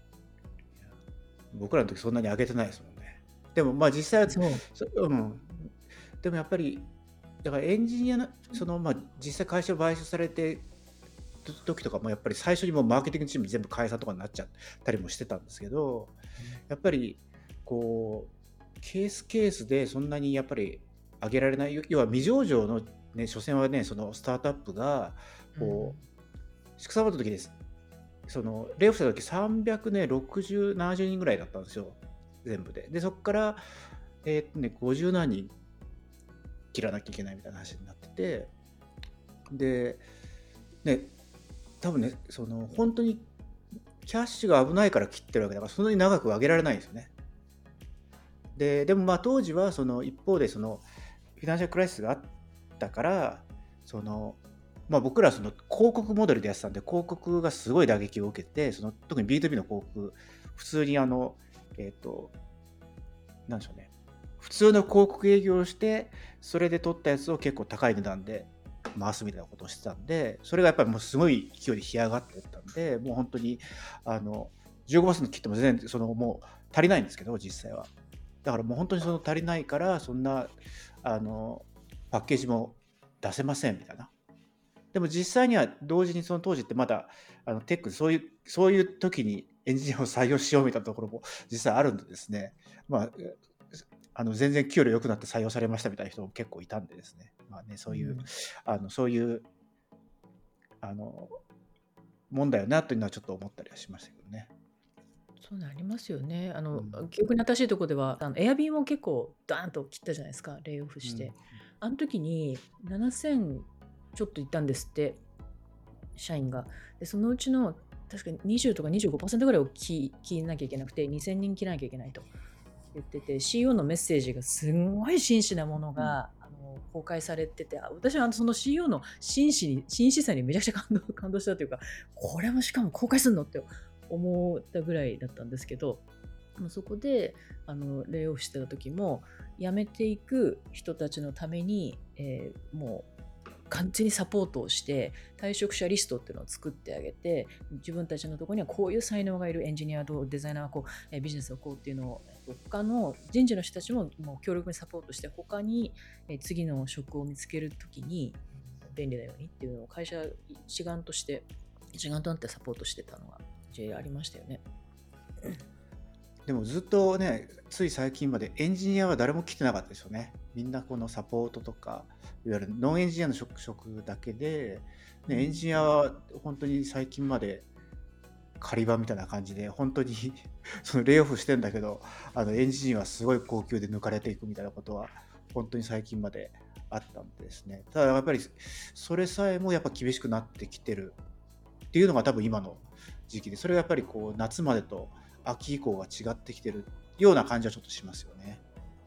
僕らの時そんなに上げてないですもんね。でも実際はでもやっぱりだからエンジニアの実際会社を買収されて時とかもやっぱり最初にもうマーケティングチーム全部解散とかになっちゃったりもしてたんですけど、やっぱりこうケースでそんなにやっぱり上げられない、要は未上場のね、所詮はね、そのスタートアップがこう縮さまった時です。そのレイオフした時360、70人ぐらいだったんですよ、全部で。で、そこから50何人切らなきゃいけないみたいな話になってて、で、ね、多分ね、その本当にキャッシュが危ないから切ってるわけだから、そんなに長く上げられないんですよね。でも当時はその一方でそのフィナンシャルクライシスがあったから、その僕らはその広告モデルでやってたんで、広告がすごい打撃を受けて、その特に B2B の広告、普通になんでしょうね、普通の広告営業をして、それで取ったやつを結構高い値段で回すみたいなことをしてたんで、それがやっぱりもうすごい勢いで干上がってったんで、もう本当に15%切っても全然もう足りないんですけど、実際は。だからもう本当に足りないから、そんなパッケージも出せませんみたいな。でも実際には同時にその当時ってまだテックそういう時にエンジニアを採用しようみたいなところも実際あるんでですね、まあ、全然給料良くなって採用されましたみたいな人も結構いたんでですね、まあね、そういう問題よなというのはちょっと思ったりはしましたけどね。 そうなりますよね。記憶に新しいところでは、エアビーも結構ダーンと切ったじゃないですか、レイオフして。あの時に7000ちょっといったんですって、社員が。で、そのうちの確かに20とか 25% ぐらいを切らなきゃいけなくて、2000人切らなきゃいけないと言ってて、CEO のメッセージがすんごい真摯なものが、公開されてて、私はその CEO の真摯さにめちゃくちゃ感動したというか、これもしかも公開するのって思ったぐらいだったんですけど、そこでレイオフしてた時も辞めていく人たちのために、もう完全にサポートをして退職者リストっていうのを作ってあげて、自分たちのところにはこういう才能がいるエンジニアとデザイナーはこう、ビジネスをこうっていうのを他の人事の人たちももう強力にサポートして、他に次の職を見つけるときに便利なようにっていうのを会社一丸となってサポートしてたのがありましたよね。 でもずっとね、つい最近までエンジニアは誰も来てなかったですよね。みんなこのサポートとか、いわゆるノンエンジニアの職だけで、ね、エンジニアは本当に最近まで仮場みたいな感じで、本当にそのレイオフしてんだけど、エンジニアはすごい高級で抜かれていくみたいなことは、本当に最近まであったんですね。ただやっぱり、それさえもやっぱ厳しくなってきてるっていうのが多分今の時期で、それがやっぱりこう夏までと秋以降が違ってきてるような感じはちょっとしますよね。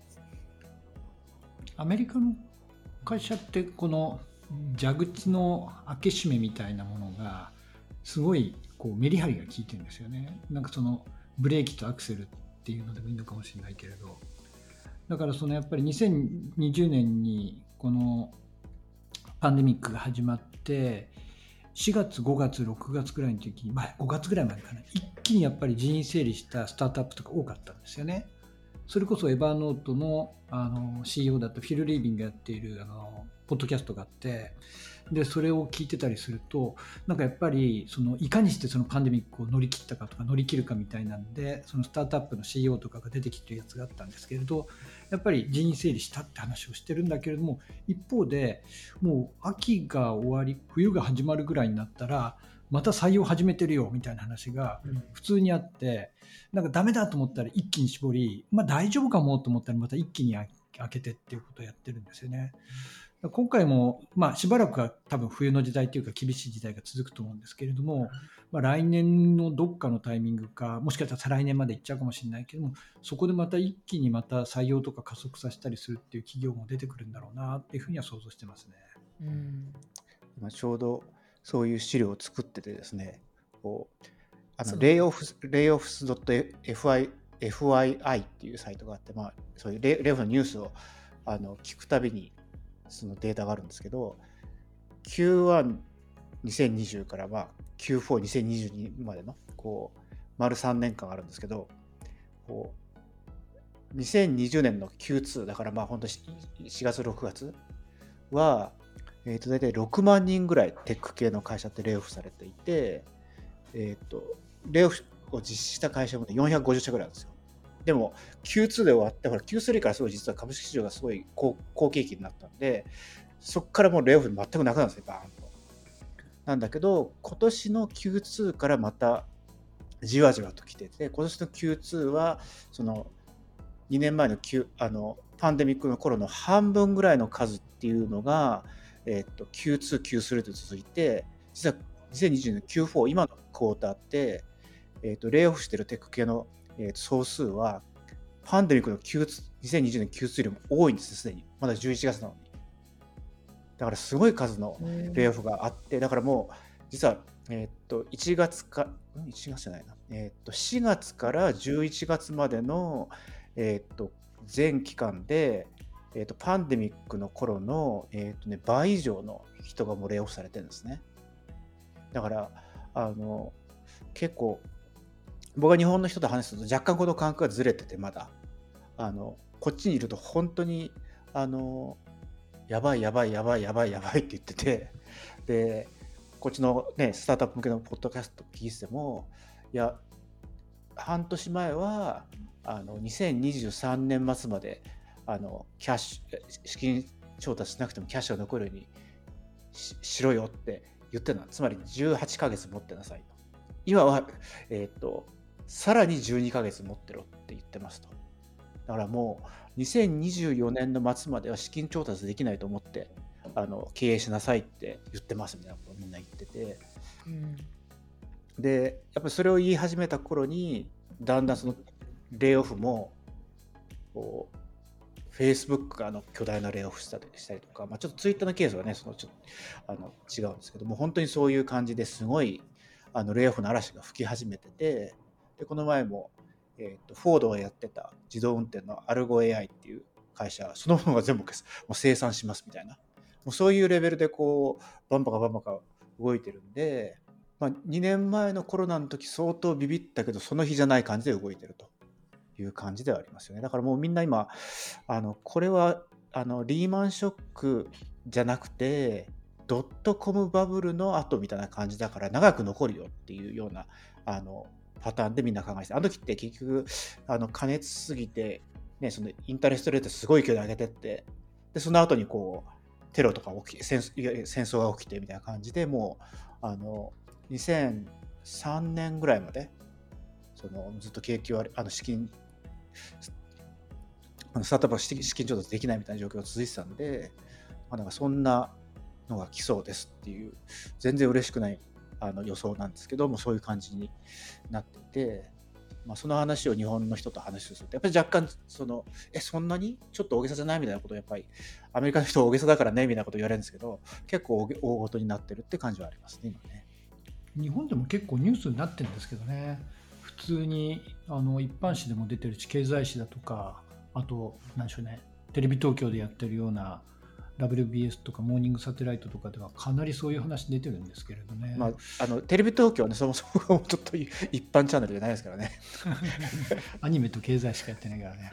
アメリカの会社ってこの蛇口の開け閉めみたいなものがすごいこうメリハリが効いてるんですよね。なんかそのブレーキとアクセルっていうのでもいいのかもしれないけれど、だからそのやっぱり2020年にこのパンデミックが始まって4月5月6月ぐらいの時に、5月ぐらいまでかな、一気にやっぱり人員整理したスタートアップとか多かったんですよね。それこそエバーノートのCEO だったフィル・リービンがやっているポッドキャストがあって、でそれを聞いてたりすると、なんかやっぱりいかにしてそのパンデミックを乗り切ったかとか乗り切るかみたいなんで、そのスタートアップの CEO とかが出てきてるやつがあったんですけれど、やっぱり人員整理したって話をしてるんだけれども、一方でもう秋が終わり冬が始まるぐらいになったらまた採用始めてるよみたいな話が普通にあって、なんかダメだと思ったら一気に絞り、大丈夫かもと思ったらまた一気に開けてっていうことをやってるんですよね。今回もしばらくは多分冬の時代というか厳しい時代が続くと思うんですけれども、来年のどっかのタイミングか、もしかしたら再来年までいっちゃうかもしれないけども、そこでまた一気にまた採用とか加速させたりするっていう企業も出てくるんだろうなっていうふうには想像してますね。 今ちょうどそういう資料を作っててですね、レイオフス .fyi っていうサイトがあって、そういうレイオフのニュースを聞くたびにそのデータがあるんですけど、Q12020 からQ42022 までの丸3年間あるんですけど、2020年の Q2 だから本当に4月6月は大体6万人ぐらいテック系の会社ってレイオフされていて、レイオフを実施した会社も450社ぐらいあるんですよ。でも Q2 で終わって、Q3 からすごい実は株式市場がすごい好景気になったんで、そこからもうレイオフ全くなくなるんですよ、バーンと。なんだけど、今年の Q2 からまたじわじわと来てて、今年の Q2 はその2年前のパンデミックの頃の半分ぐらいの数っていうのが、Q2、Q3 と続いて、実は2020年の Q4、今のクォーターって、レイオフしてるテック系の、総数は、パンデミックの2020年 Q2 よりも多いんです、すでに。まだ11月なのに。だからすごい数のレイオフがあって、だからもう、実は、1月か、 1月じゃないな。4月から11月までの、全期間で、パンデミックの頃の、倍以上の人がもうレイオフされてるんですね。だから、結構、僕が日本の人と話すと若干この感覚がずれてて、まだ。こっちにいると本当に、やばいやばいやばいやばいやばいって言ってて、で、こっちのね、スタートアップ向けのポッドキャスト聞いてても、いや、半年前は、2023年末まで、キャッシュ、資金調達しなくてもキャッシュが残るようにしろよって言ってたの。つまり18ヶ月持ってなさいと。今は、さらに12ヶ月持ってろって言ってますと。だからもう2024年の末までは資金調達できないと思って経営しなさいって言ってますみたいなことをみんな言ってて、でやっぱりそれを言い始めた頃にだんだんそのレイオフもこう Facebook が巨大なレイオフしたりとか、ちょっとツイッターのケースはねちょっと違うんですけども、本当にそういう感じですごいレイオフの嵐が吹き始めてて、でこの前もフォードがやってた自動運転のアルゴ AI っていう会社そのものが全部もう生産しますみたいな、もうそういうレベルでこうバンバカ動いてるんで、2年前のコロナの時相当ビビったけどその日じゃない感じで動いてるという感じではありますよね。だからもうみんな今これはリーマンショックじゃなくてドットコムバブルの後みたいな感じだから長く残るよっていうようなパターンでみんな考えて、時って結局過熱すぎて、ね、そのインタレストレートすごい勢いで上げてって、でその後にこうテロとか起き戦争が起きてみたいな感じで、もう2003年ぐらいまでずっと景気は資金スタートアップは資金調達できないみたいな状況が続いてたんで、なんかそんなのが来そうですっていう、全然嬉しくない予想なんですけども、そういう感じになっていて、その話を日本の人と話するとやっぱり若干そんなにちょっと大げさじゃないみたいなことをやっぱりアメリカの人は大げさだからねみたいなことを言われるんですけど、結構大ごとになってるって感じはありますね今ね。 日本でも結構ニュースになってるんですけどね。普通に一般紙でも出てるし、経済誌だとか、あと何でしょうね、テレビ東京でやってるようなWBS とかモーニングサテライトとかではかなりそういう話出てるんですけれどね。 テレビ東京はねそもそもちょっと一般チャンネルじゃないですからね。 アニメと経済しかやってないからね。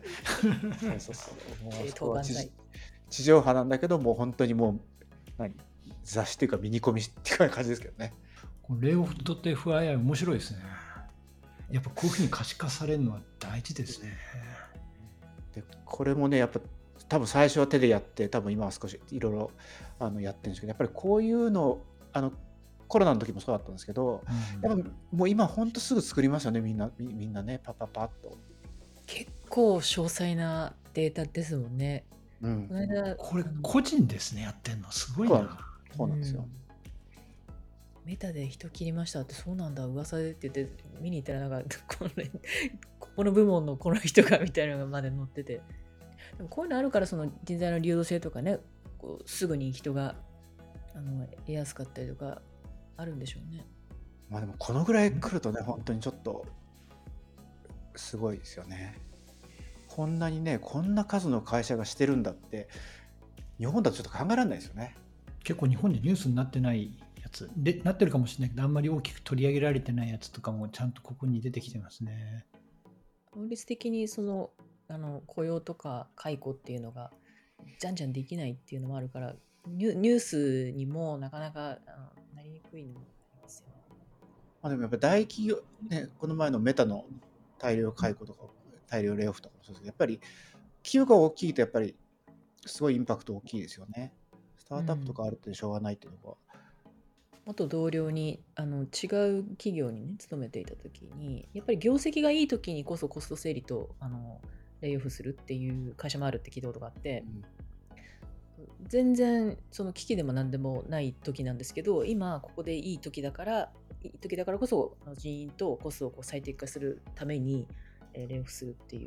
そう地上波なんだけど、もう本当にもう雑誌っていうかミニコミっていう感じですけどね。 このレイオフ .fyi 面白いですね。やっぱこういうふうに可視化されるのは大事ですね。 でこれもねやっぱ多分最初は手でやって、多分今は少しいろいろやってるんですけど、やっぱりこういうのコロナの時もそうだったんですけど、やっぱもう今ほんとすぐ作りますよね、みんなね、パッと。 結構詳細なデータですもんね。 これ個人ですね、やってんのすごいな。 そうなんですよ。 メタで人切りましたって、そうなんだ噂でって言って見に行ったら、なんかここの部門のこの人がみたいなのがまで載ってて、でもこういうのあるから、その人材の流動性とかね、こうすぐに人が得やすかったりとかあるんでしょうね。 でもこのぐらい来るとね、本当にちょっとすごいですよね。こんなにね、こんな数の会社がしてるんだって日本だとちょっと考えられないですよね。 結構日本でニュースになってないやつでなってるかもしれないけど、あんまり大きく取り上げられてないやつとかもちゃんとここに出てきてますね。 法律的に雇用とか解雇っていうのがじゃんじゃんできないっていうのもあるから、ニュースにもなかなかなりにくいんですよね。 でもやっぱ大企業ね、この前のメタの大量解雇とか大量レイオフとかもそうですけど、やっぱり規模が大きいとやっぱりすごいインパクト大きいですよね。スタートアップとかあるとしょうがないっていうのが、 元同僚に違う企業にね勤めていた時に、やっぱり業績がいい時にこそコスト整理とレイオフするっていう会社もあるって聞いたことがあって、全然その危機でも何でもない時なんですけど、今ここでいい時だからこそ人員とコストを最適化するためにレイオフするって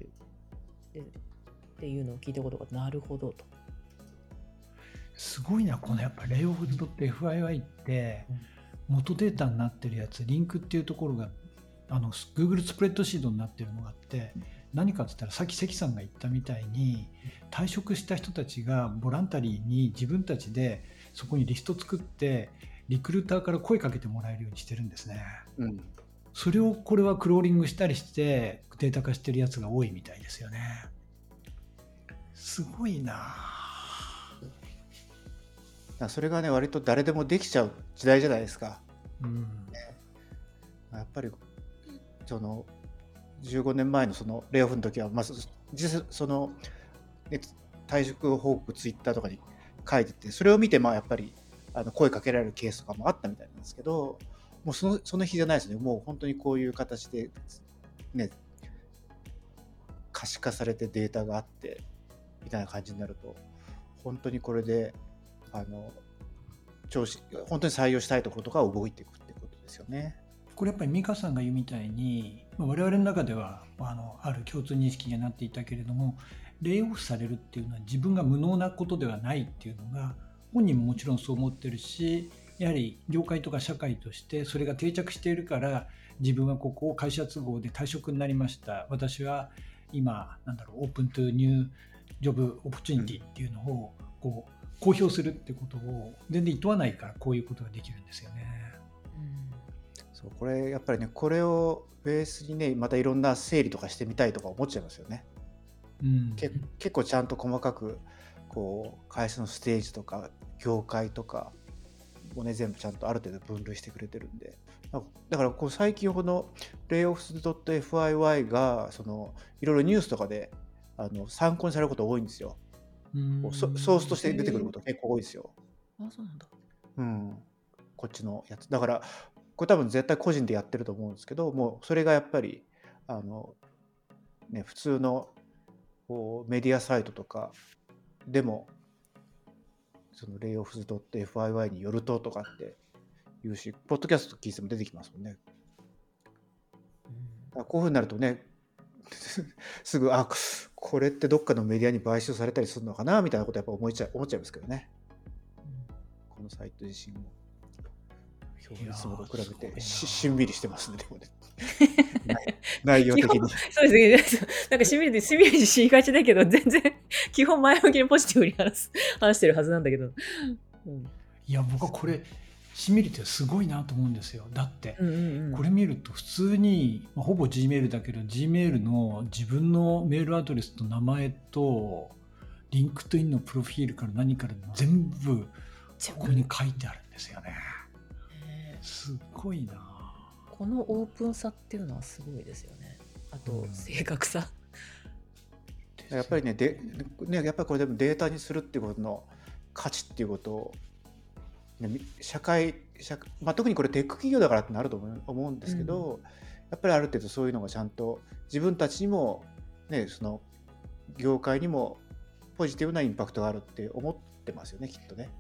いうのを聞いたことが、なるほどと。 すごいな、このやっぱlayoff.fyi って元データになってるやつ、リンクっていうところが Google スプレッドシートになってるのがあって、何かって言ったらさっき関さんが言ったみたいに退職した人たちがボランタリーに自分たちでそこにリスト作ってリクルーターから声かけてもらえるようにしてるんですね。それをこれはクローリングしたりしてデータ化してるやつが多いみたいですよね。すごいな。 それがね割と誰でもできちゃう時代じゃないですか。やっぱりその15年前のそのレイオフの時は、まず実際その、ね、退職報告ツイッターとかに書いてて、それを見てやっぱり声かけられるケースとかもあったみたいなんですけど、もうその日じゃないですね。もう本当にこういう形でね可視化されてデータがあってみたいな感じになると、本当にこれで本当に採用したいところとか動いていくってことですよね。 これやっぱり美香さんが言うみたいに、我々の中ではある共通認識になっていたけれども、レイオフされるっていうのは自分が無能なことではないっていうのが本人ももちろんそう思ってるし、やはり業界とか社会としてそれが定着しているから、自分はここを会社都合で退職になりました、私は今オープントゥニュージョブオプチュニティっていうのをこう公表するってことを全然厭わないから、こういうことができるんですよね。 そうこれやっぱりね、これをベースにねまたいろんな整理とかしてみたいとか思っちゃいますよね。結構ちゃんと細かくこう会社のステージとか業界とかをね全部ちゃんとある程度分類してくれてるんで、だからこう最近この layoffs.fyi がそのいろいろニュースとかで参考にされること多いんですよ。ソースとして出てくること結構多いですよ。 そうなんだ。 こっちのやつだから、これ多分絶対個人でやってると思うんですけど、もうそれがやっぱり普通のこうメディアサイトとかでもその layoffs.fyi によるととかっていうし、ポッドキャスト聞いても出てきますもんね。こういうふうになるとねすぐこれってどっかのメディアに買収されたりするのかなみたいなことやっぱ思っちゃいますけどね。このサイト自身も表現数と比べてしんみりしてますね。でもね内容的にそうですね。なんかしんみりしがちだけど、全然基本前向きにポジティブに話してるはずなんだけど、 いや僕はこれしんみりってすごいなと思うんですよ。だってこれ見ると普通にほぼ Gmail だけど Gmail の自分のメールアドレスと名前と LinkedIn のプロフィールから何から全部ここに書いてあるんですよね。すごいな。 このオープンさっていうのはすごいですよね。あと正確さ、 やっぱりねやっぱりこれでもデータにするっていうことの価値っていうことを社会、特にこれテック企業だからってなると思うんですけど、やっぱりある程度そういうのがちゃんと自分たちにも、その業界にもポジティブなインパクトがあるって思ってますよね、きっとね。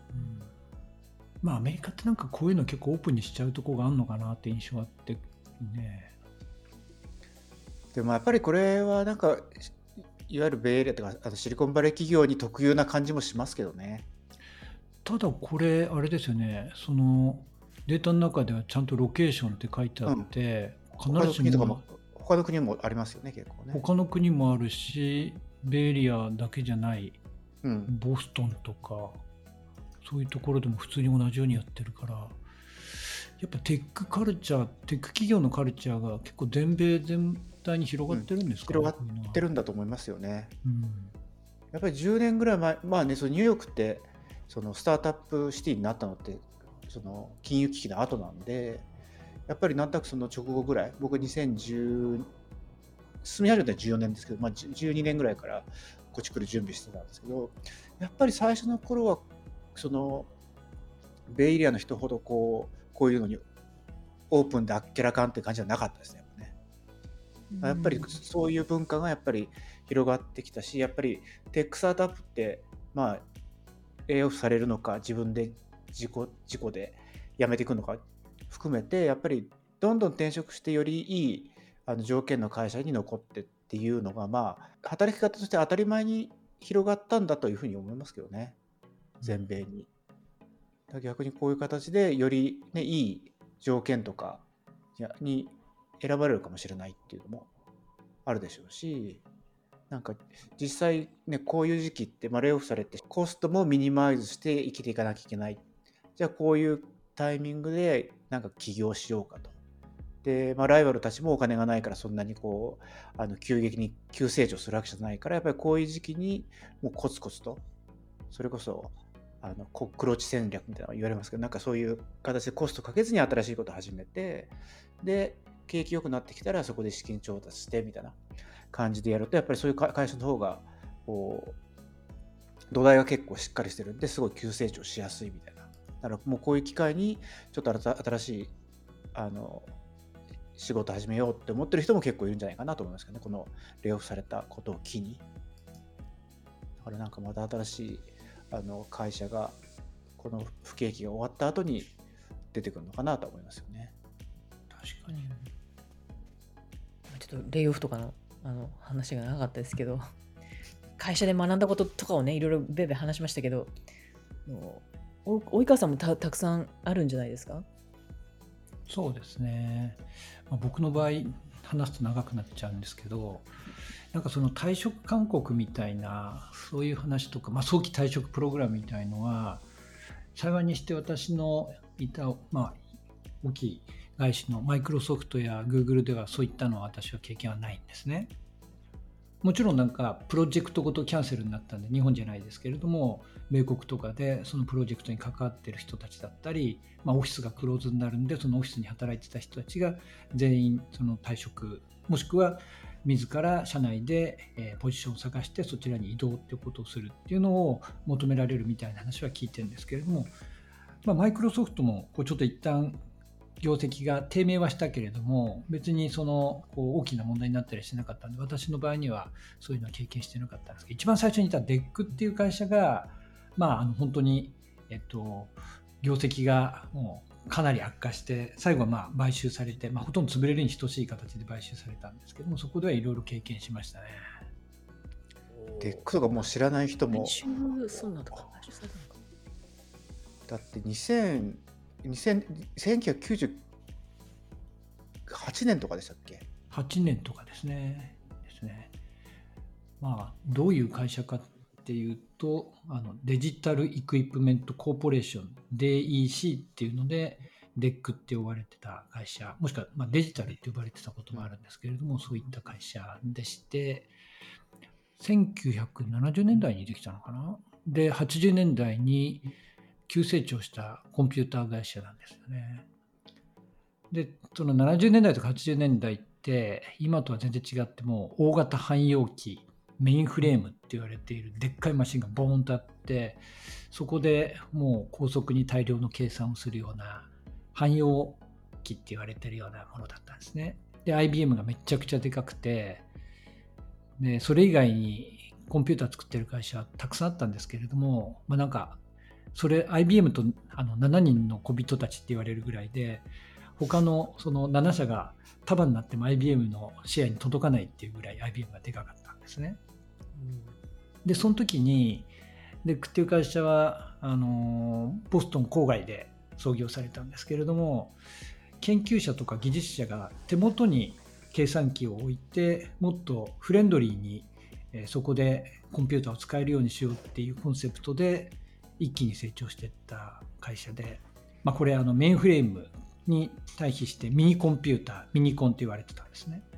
アメリカってなんかこういうの結構オープンにしちゃうところがあるのかなって印象があってね。 でもやっぱりこれはなんかいわゆるベイエリアとかシリコンバレー企業に特有な感じもしますけどね。 ただこれあれですよね、そのデータの中ではちゃんとロケーションって書いてあって、必ずしも他の国もありますよね、結構ね。 他の国もあるし、ベイエリアだけじゃない、ボストンとかそういうところでも普通に同じようにやってるから、やっぱテックカルチャー、テック企業のカルチャーが結構全米全体に広がってるんですかね。 広がってるんだと思いますよね。やっぱり10年ぐらい前、そのニューヨークってそのスタートアップシティになったのってその金融危機の後なんで、やっぱりなんとなくその直後ぐらい、僕2010住み始めたのは14年ですけど、12年ぐらいからこっち来る準備してたんですけど、やっぱり最初の頃はそのベイエリアの人ほどこういうのにオープンであっけらかんって感じはなかったですね。やっぱりそういう文化がやっぱり広がってきたし、やっぱりテックスタートアップってレイオフされるのか自分で自己で辞めていくのか含めて、やっぱりどんどん転職してよりいい条件の会社に残ってっていうのが働き方として当たり前に広がったんだというふうに思いますけどね、全米に。逆にこういう形でより、いい条件とかに選ばれるかもしれないっていうのもあるでしょうし、なんか実際ね、こういう時期って、レイオフされてコストもミニマイズして生きていかなきゃいけない。じゃあこういうタイミングでなんか起業しようかと。で、ライバルたちもお金がないからそんなに急激に急成長するわけじゃないから、やっぱりこういう時期にもうコツコツと、それこそ黒地戦略みたいなの言われますけど、なんかそういう形でコストかけずに新しいことを始めて、で景気良くなってきたらそこで資金調達してみたいな感じでやると、やっぱりそういう会社の方が土台が結構しっかりしてるんで、すごい急成長しやすいみたいな。だからもうこういう機会にちょっと新しい仕事始めようって思ってる人も結構いるんじゃないかなと思いますけどね、このレイオフされたことを機に。だからなんかまた新しい会社がこの不景気が終わった後に出てくるのかなと思いますよね。 確かに。 ちょっとレイオフとかの話が長かったですけど、会社で学んだこととかをね、いろいろベベ話しましたけど、及川さんもたくさんあるんじゃないですか？ そうですね。僕の場合話すと長くなっちゃうんですけど、なんかその退職勧告みたいなそういう話とか、早期退職プログラムみたいのは幸いにして私のいた、大きい外資のマイクロソフトやグーグルではそういったのは私は経験はないんですね。もちろんなんかプロジェクトごとキャンセルになったんで、日本じゃないですけれども米国とかでそのプロジェクトに関わっている人たちだったり、オフィスがクローズになるんで、そのオフィスに働いてた人たちが全員その退職、もしくは自ら社内でポジションを探してそちらに移動っていうことをするっていうのを求められるみたいな話は聞いてるんですけれども、マイクロソフトもちょっと一旦業績が低迷はしたけれども、別にその大きな問題になったりしてなかったんで、私の場合にはそういうのは経験してなかったんですけど、一番最初にいたデックっていう会社が、本当に、業績がもうかなり悪化して、最後は買収されて、ほとんど潰れるに等しい形で買収されたんですけども、そこではいろいろ経験しましたね。 デックとかもう知らない人も。 そうなんだか、買収されたのか。 だって1998年とかでしたっけ ？8年とかですね。どういう会社かっていうと、デジタルイクイプメントコーポレーション DEC っていうので DEC って呼ばれてた会社、もしくはデジタルって呼ばれてたこともあるんですけれども、そういった会社でして、1970年代にできたのかな。で80年代に急成長したコンピューター会社なんですよね。でその70年代とか80年代って今とは全然違って、もう大型汎用機、メインフレームって言われているでっかいマシンがボーンとあって、そこでもう高速に大量の計算をするような汎用機って言われているようなものだったんですね。で IBM がめちゃくちゃでかくて、でそれ以外にコンピューター作ってる会社はたくさんあったんですけれども、なんかそれ IBM と7人の小人たちって言われるぐらいで、他のその7社が束になっても IBM のシェアに届かないっていうぐらい IBM がでかかったんですね。でその時にデックっていう会社はボストン郊外で創業されたんですけれども、研究者とか技術者が手元に計算機を置いて、もっとフレンドリーにそこでコンピューターを使えるようにしようっていうコンセプトで一気に成長していった会社で、これメインフレームに対比してミニコンピューター、ミニコンと言われてたんですね。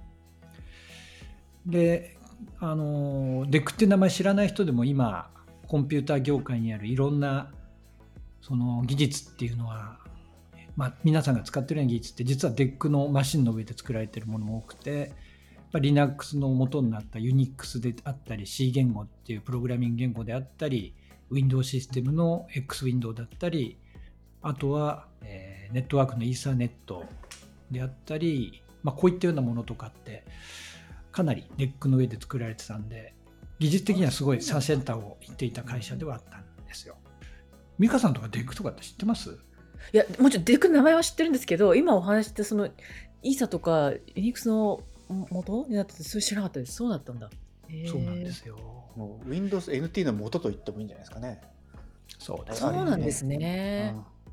でデックって名前知らない人でも今コンピューター業界にあるいろんなその技術っていうのは、皆さんが使ってるような技術って実はデックのマシンの上で作られているものも多くて、Linux の元になった Unix であったり C 言語っていうプログラミング言語であったり、Windows システムの X Windows だったり、あとは、ネットワークのイーサネットであったり、こういったようなものとかってかなりデックの上で作られてたんで、技術的にはすごい最先端を行っていた会社ではあったんですよ。美香さんとかデックとかって知ってます？ いや、もちろんデックの名前は知ってるんですけど、今お話してそのイーサとか Unix の元になってて、それ知らなかったです。そうだったんだ。 そうなんですよ。 もう Windows NT の元と言ってもいいんじゃないですかね。 そうですね。 そうなんですね。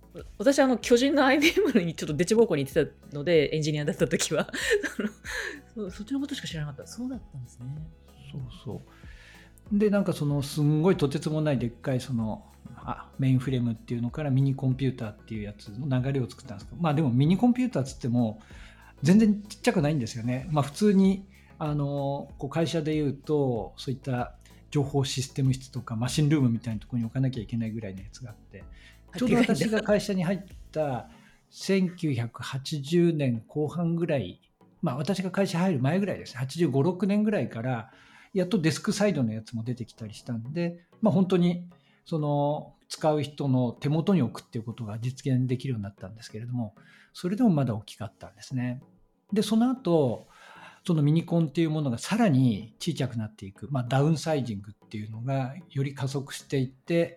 私巨人の IBM にちょっとデチ奉公に行ってたので、エンジニアだった時はそっちのことしか知らなかった。そうだったんですね。 そうそうでなんかすんごいとてつもないでっかいメインフレームっていうのからミニコンピューターっていうやつの流れを作ったんですけど、まあでもミニコンピューターっつっても全然ちっちゃくないんですよね。まあ普通にこう会社でいうとそういった情報システム室とかマシンルームみたいなところに置かなきゃいけないぐらいのやつがあって、ちょうど私が会社に入った1980年後半ぐらい、まあ私が会社入る前ぐらいですね、85、6年ぐらいからやっとデスクサイドのやつも出てきたりしたんで、まあ本当に使う人の手元に置くっていうことが実現できるようになったんですけれども、それでもまだ大きかったんですね。でその後そのミニコンっていうものがさらに小さくなっていく、まあ、ダウンサイジングっていうのがより加速していって、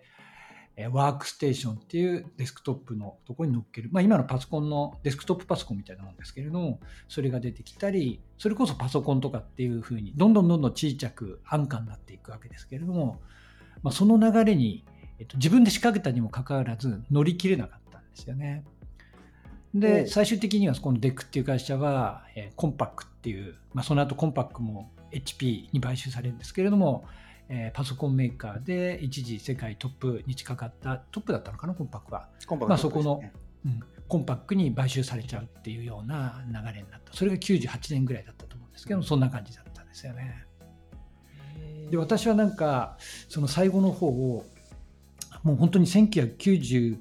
ワークステーションっていうデスクトップのところに乗っける、まあ、今のパソコンのデスクトップパソコンみたいなもんですけれども、それが出てきたり、それこそパソコンとかっていうふうにどんどん小さく安価になっていくわけですけれども、まあ、その流れに、自分で仕掛けたにもかかわらず乗り切れなかったんですよね。で最終的にはこの DEC っていう会社は、コンパックっていう、まあ、その後コンパックも HP に買収されるんですけれども、パソコンメーカーで一時世界トップに近かったトップだったのかな、コンパックは。まあ、そこの、コンパックに買収されちゃうっていうような流れになった。それが98年ぐらいだったと思うんですけど、そんな感じだったんですよね。で私はなんかその最後の方をもう本当に1993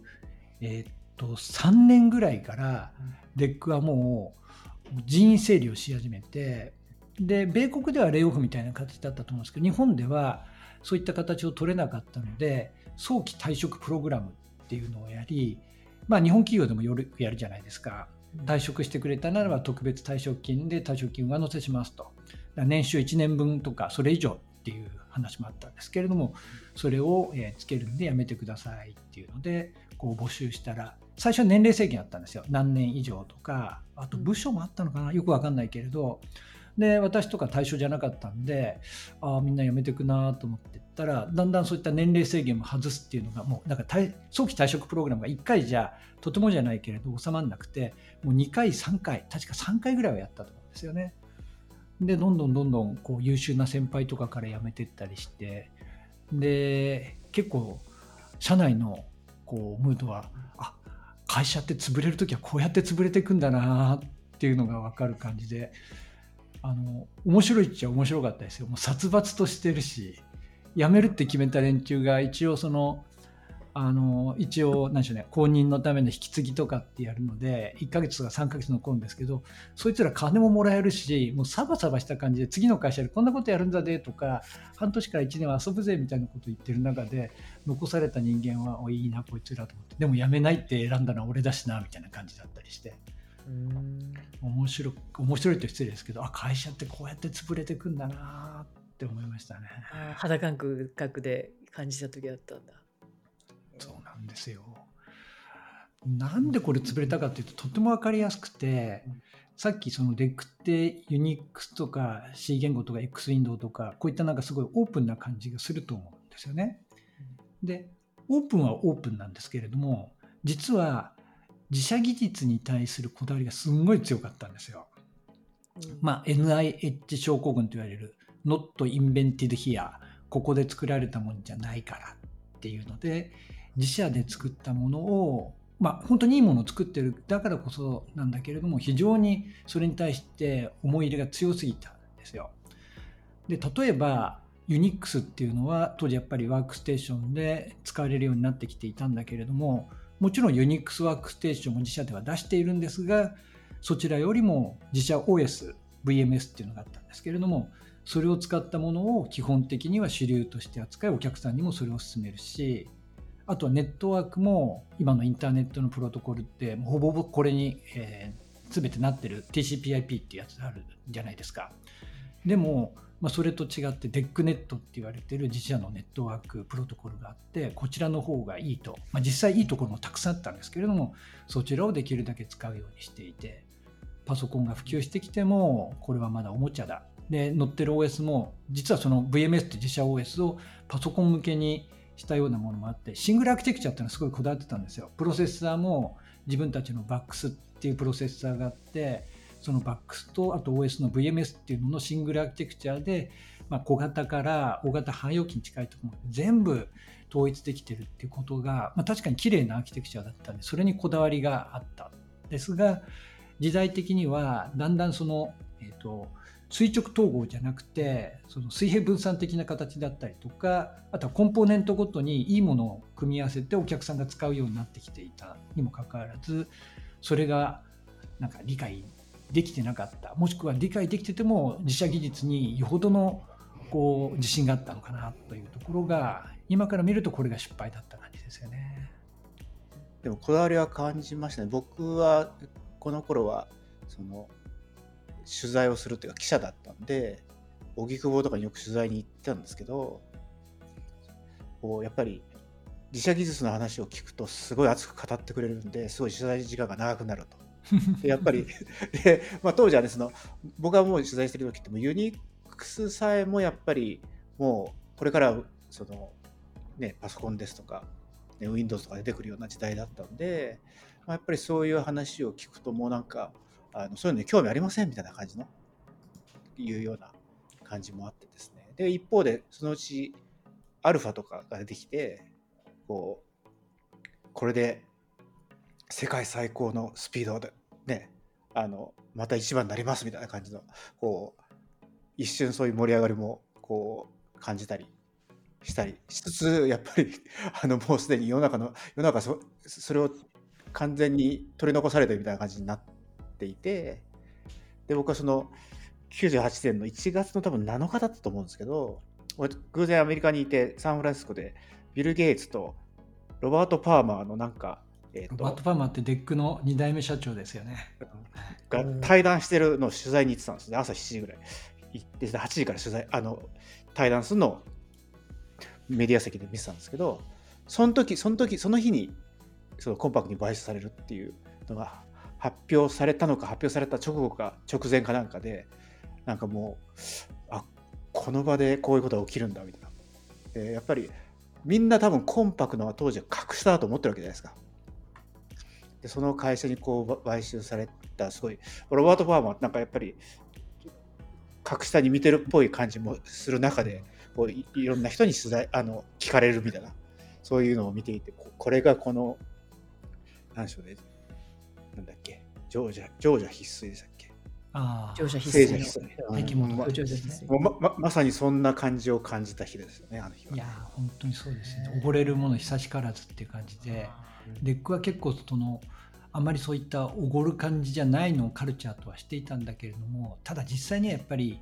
年ぐらいからデックはもう人員整理をし始めて、で米国ではレイオフみたいな形だったと思うんですけど、日本ではそういった形を取れなかったので早期退職プログラムっていうのをやり、まあ、日本企業でもよくやるじゃないですか。退職してくれたならば特別退職金で退職金上乗せしますと、年収1年分とかそれ以上っていう話もあったんですけれども、それをつけるんでやめてくださいっていうのでこう募集したら、最初は年齢制限あったんですよ。何年以上とか、あと部署もあったのかな、よく分かんないけれど、で私とか対象じゃなかったんで、みんな辞めてくなと思ってったら、だんだんそういった年齢制限も外すっていうのが、もうなんか早期退職プログラムが1回じゃとてもじゃないけれど収まらなくて、もう2回3回確か3回ぐらいはやったと思うんですよね。でどんどんこう優秀な先輩とかから辞めてったりして、で結構社内のこうムードは、会社って潰れるときはこうやって潰れていくんだなっていうのが分かる感じで、面白いっちゃ面白かったですよ。もう殺伐としてるし、辞めるって決めた連中が一応何でしょうね、後任のための引き継ぎとかってやるので1ヶ月とか3ヶ月残るんですけど、そいつら金ももらえるし、もうサバサバした感じで次の会社でこんなことやるんだでとか、半年から1年は遊ぶぜみたいなこと言ってる中で、残された人間はいいなこいつらと思って、でも辞めないって選んだのは俺だしなみたいな感じだったりして、面白いと失礼ですけど、会社ってこうやって潰れていくんだなって思いましたね。 肌感覚で感じた時だったんだ。 そうなんですよ。なんでこれ潰れたかっていうと、とても分かりやすくて、さっきその DEC ってユニックスとか C 言語とか X ウィンドウとか、こういったなんかすごいオープンな感じがすると思うんですよね。でオープンはオープンなんですけれども、実は自社技術に対するこだわりがすんごい強かったんですよ。NIH 症候群と言われる Not Invented Here、 ここで作られたものじゃないからっていうので、自社で作ったものを、本当にいいものを作ってるだからこそなんだけれども、非常にそれに対して思い入れが強すぎたんですよ。で例えばユニックスっていうのは当時やっぱりワークステーションで使われるようになってきていたんだけれども、もちろんユニックスワークステーションも自社では出しているんですが、そちらよりも自社 OS、VMS っていうのがあったんですけれども、それを使ったものを基本的には主流として扱い、お客さんにもそれを勧めるし、あとはネットワークも今のインターネットのプロトコルってほぼほぼこれに、全てなってる TCP/IP っていうやつがあるじゃないですか。でも、それと違って DECnet って言われてる自社のネットワークプロトコルがあって、こちらの方がいいと、実際いいところもたくさんあったんですけれども、そちらをできるだけ使うようにしていて、パソコンが普及してきてもこれはまだおもちゃだ。で乗ってる OS も実はその VMS って自社 OS をパソコン向けにしたようなものもあって、シングルアーキテクチャっていうのはすごいこだわってたんですよ。プロセッサーも自分たちのバックスっていうプロセッサーがあって、そのバックスとあと OS の VMS っていうののシングルアーキテクチャで、小型から大型汎用機に近いところまで全部統一できてるっていうことが、確かに綺麗なアーキテクチャだったんで、それにこだわりがあったんですが、時代的にはだんだんその、垂直統合じゃなくて、その水平分散的な形だったりとか、あとはコンポーネントごとにいいものを組み合わせてお客さんが使うようになってきていたにもかかわらず、それがなんか理解できてなかった、もしくは理解できてても自社技術によほどの自信があったのかなというところが、今から見るとこれが失敗だった感じですよね。 でもこだわりは感じましたね。僕はこの頃はその取材をするというか記者だったんで、荻窪とかによく取材に行ってたんですけど、やっぱり自社技術の話を聞くとすごい熱く語ってくれるんで、すごい取材時間が長くなると。でやっぱりで、当時はね、僕がもう取材してる時ってもユニックスさえもやっぱりもうこれからパソコンですとか、Windows とか出てくるような時代だったんで、やっぱりそういう話を聞くともうなんかそういうのに興味ありませんみたいな感じのいうような感じもあってですね。で一方でそのうちアルファとかが出てきて、これで世界最高のスピードでね、また一番になりますみたいな感じの一瞬そういう盛り上がりも感じたりしたりしつつ、やっぱりもうすでに世の中それを完全に取り残されてるみたいな感じになっていて、で僕はその98年の1月の多分7日だったと思うんですけど、偶然アメリカにいてサンフランシスコでビル・ゲイツとロバート・パーマーのなんか、 ロバート・パーマーってデックの2代目社長ですよね。 が対談してるのを取材に行ってたんですね。朝7時ぐらい行って8時から取材対談するのをメディア席で見てたんですけど、その日にそのコンパクに買収されるっていうのが発表されたのか、発表された直後か直前かなんかで、なんかもうこの場でこういうことが起きるんだみたいな。やっぱりみんな多分コンパクのは当時は格下だと思ってるわけじゃないですか。でその会社に買収されたすごいロバート・パーマーなんかやっぱり格下に見てるっぽい感じもする中で、いろんな人に取材聞かれるみたいな、そういうのを見ていて、これが何でしょうね、なんだっけ、常時必須でしたっけ。 乗車必須まさにそんな感じを感じた日ですよね、あの日は。 いや本当にそうですね。溺れるもの久しからずっていう感じで、デックは結構あまりそういったおごる感じじゃないのをカルチャーとはしていたんだけれども、ただ実際にはやっぱり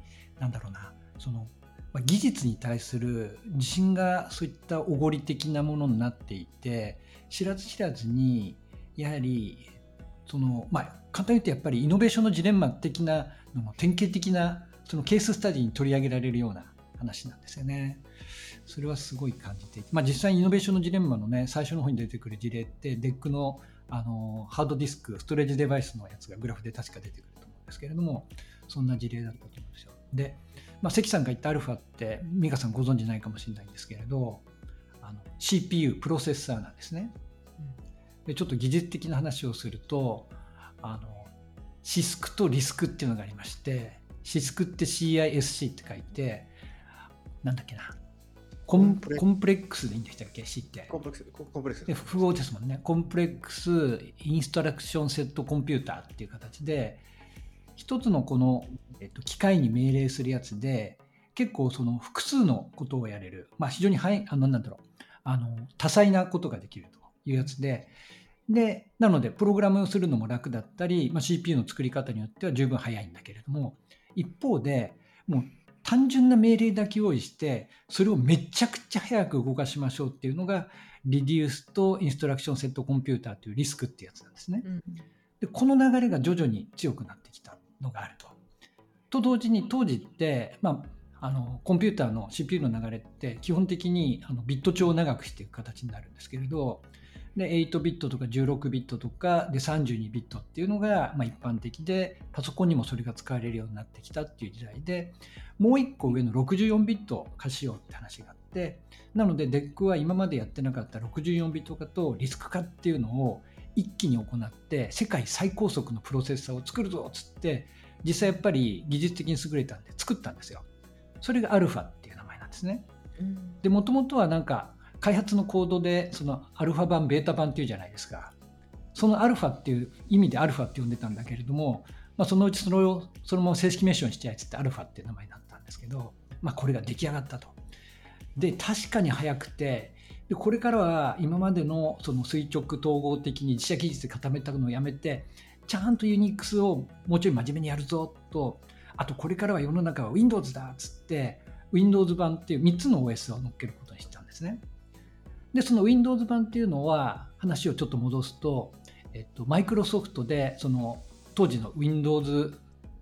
技術に対する自信がそういったおごり的なものになっていて、知らず知らずにやはり簡単に言うとやっぱりイノベーションのジレンマ的なのも典型的なケーススタディに取り上げられるような話なんですよね。それはすごい感じていて、実際にイノベーションのジレンマのね、最初の方に出てくる事例ってデックのハードディスクストレージデバイスのやつがグラフで確か出てくると思うんですけれども、そんな事例だったと思うんですよ。で、関さんが言ったアルファって美香さんご存じないかもしれないんですけれど、CPU プロセッサーなんですね。でちょっと技術的な話をすると、シスクとリスクっていうのがありまして、シスクって CISC って書いて、なんだっけな、コンプレックスでいいんでしたっけ、C って。コンプレックスで符号ですもんね。コンプレックスインストラクションセットコンピューターっていう形で、一つの機械に命令するやつで、結構複数のことをやれる、非常に多彩なことができるというやつで、なのでプログラムをするのも楽だったり、CPU の作り方によっては十分早いんだけれども、一方でもう単純な命令だけ用意してそれをめちゃくちゃ早く動かしましょうっていうのがリデュースとインストラクションセットコンピューターというリスクってやつなんですね。でこの流れが徐々に強くなってきたのがあると同時に、当時ってコンピューターの CPU の流れって基本的にビット長を長くしていく形になるんですけれど、 で8ビットとか16ビットとかで32ビットっていうのが一般的で、パソコンにもそれが使われるようになってきたっていう時代で、もう1個上の64ビット化しようって話があって、なので DEC は今までやってなかった64ビット化とリスク化っていうのを一気に行って世界最高速のプロセッサーを作るぞっつって、実際やっぱり技術的に優れたんで作ったんですよ。それがアルファっていう名前なんですね。でもともとはなんか開発のコードでそのアルファ版ベータ版っていうじゃないですか。そのアルファっていう意味でアルファって呼んでたんだけれども、そのうちそれをそのまま正式名称にしてやつってアルファっていう名前になったんですけど、これが出来上がったと。で確かに早くて、でこれからは今までのその垂直統合的に自社技術で固めたのをやめて、ちゃんとユニックスをもうちょい真面目にやるぞと、あとこれからは世の中は Windows だっつって Windows 版っていう3つの OS を乗っけることにしたんですね。でその Windows 版っていうのは話をちょっと戻すと、マイクロソフトでその当時の Windows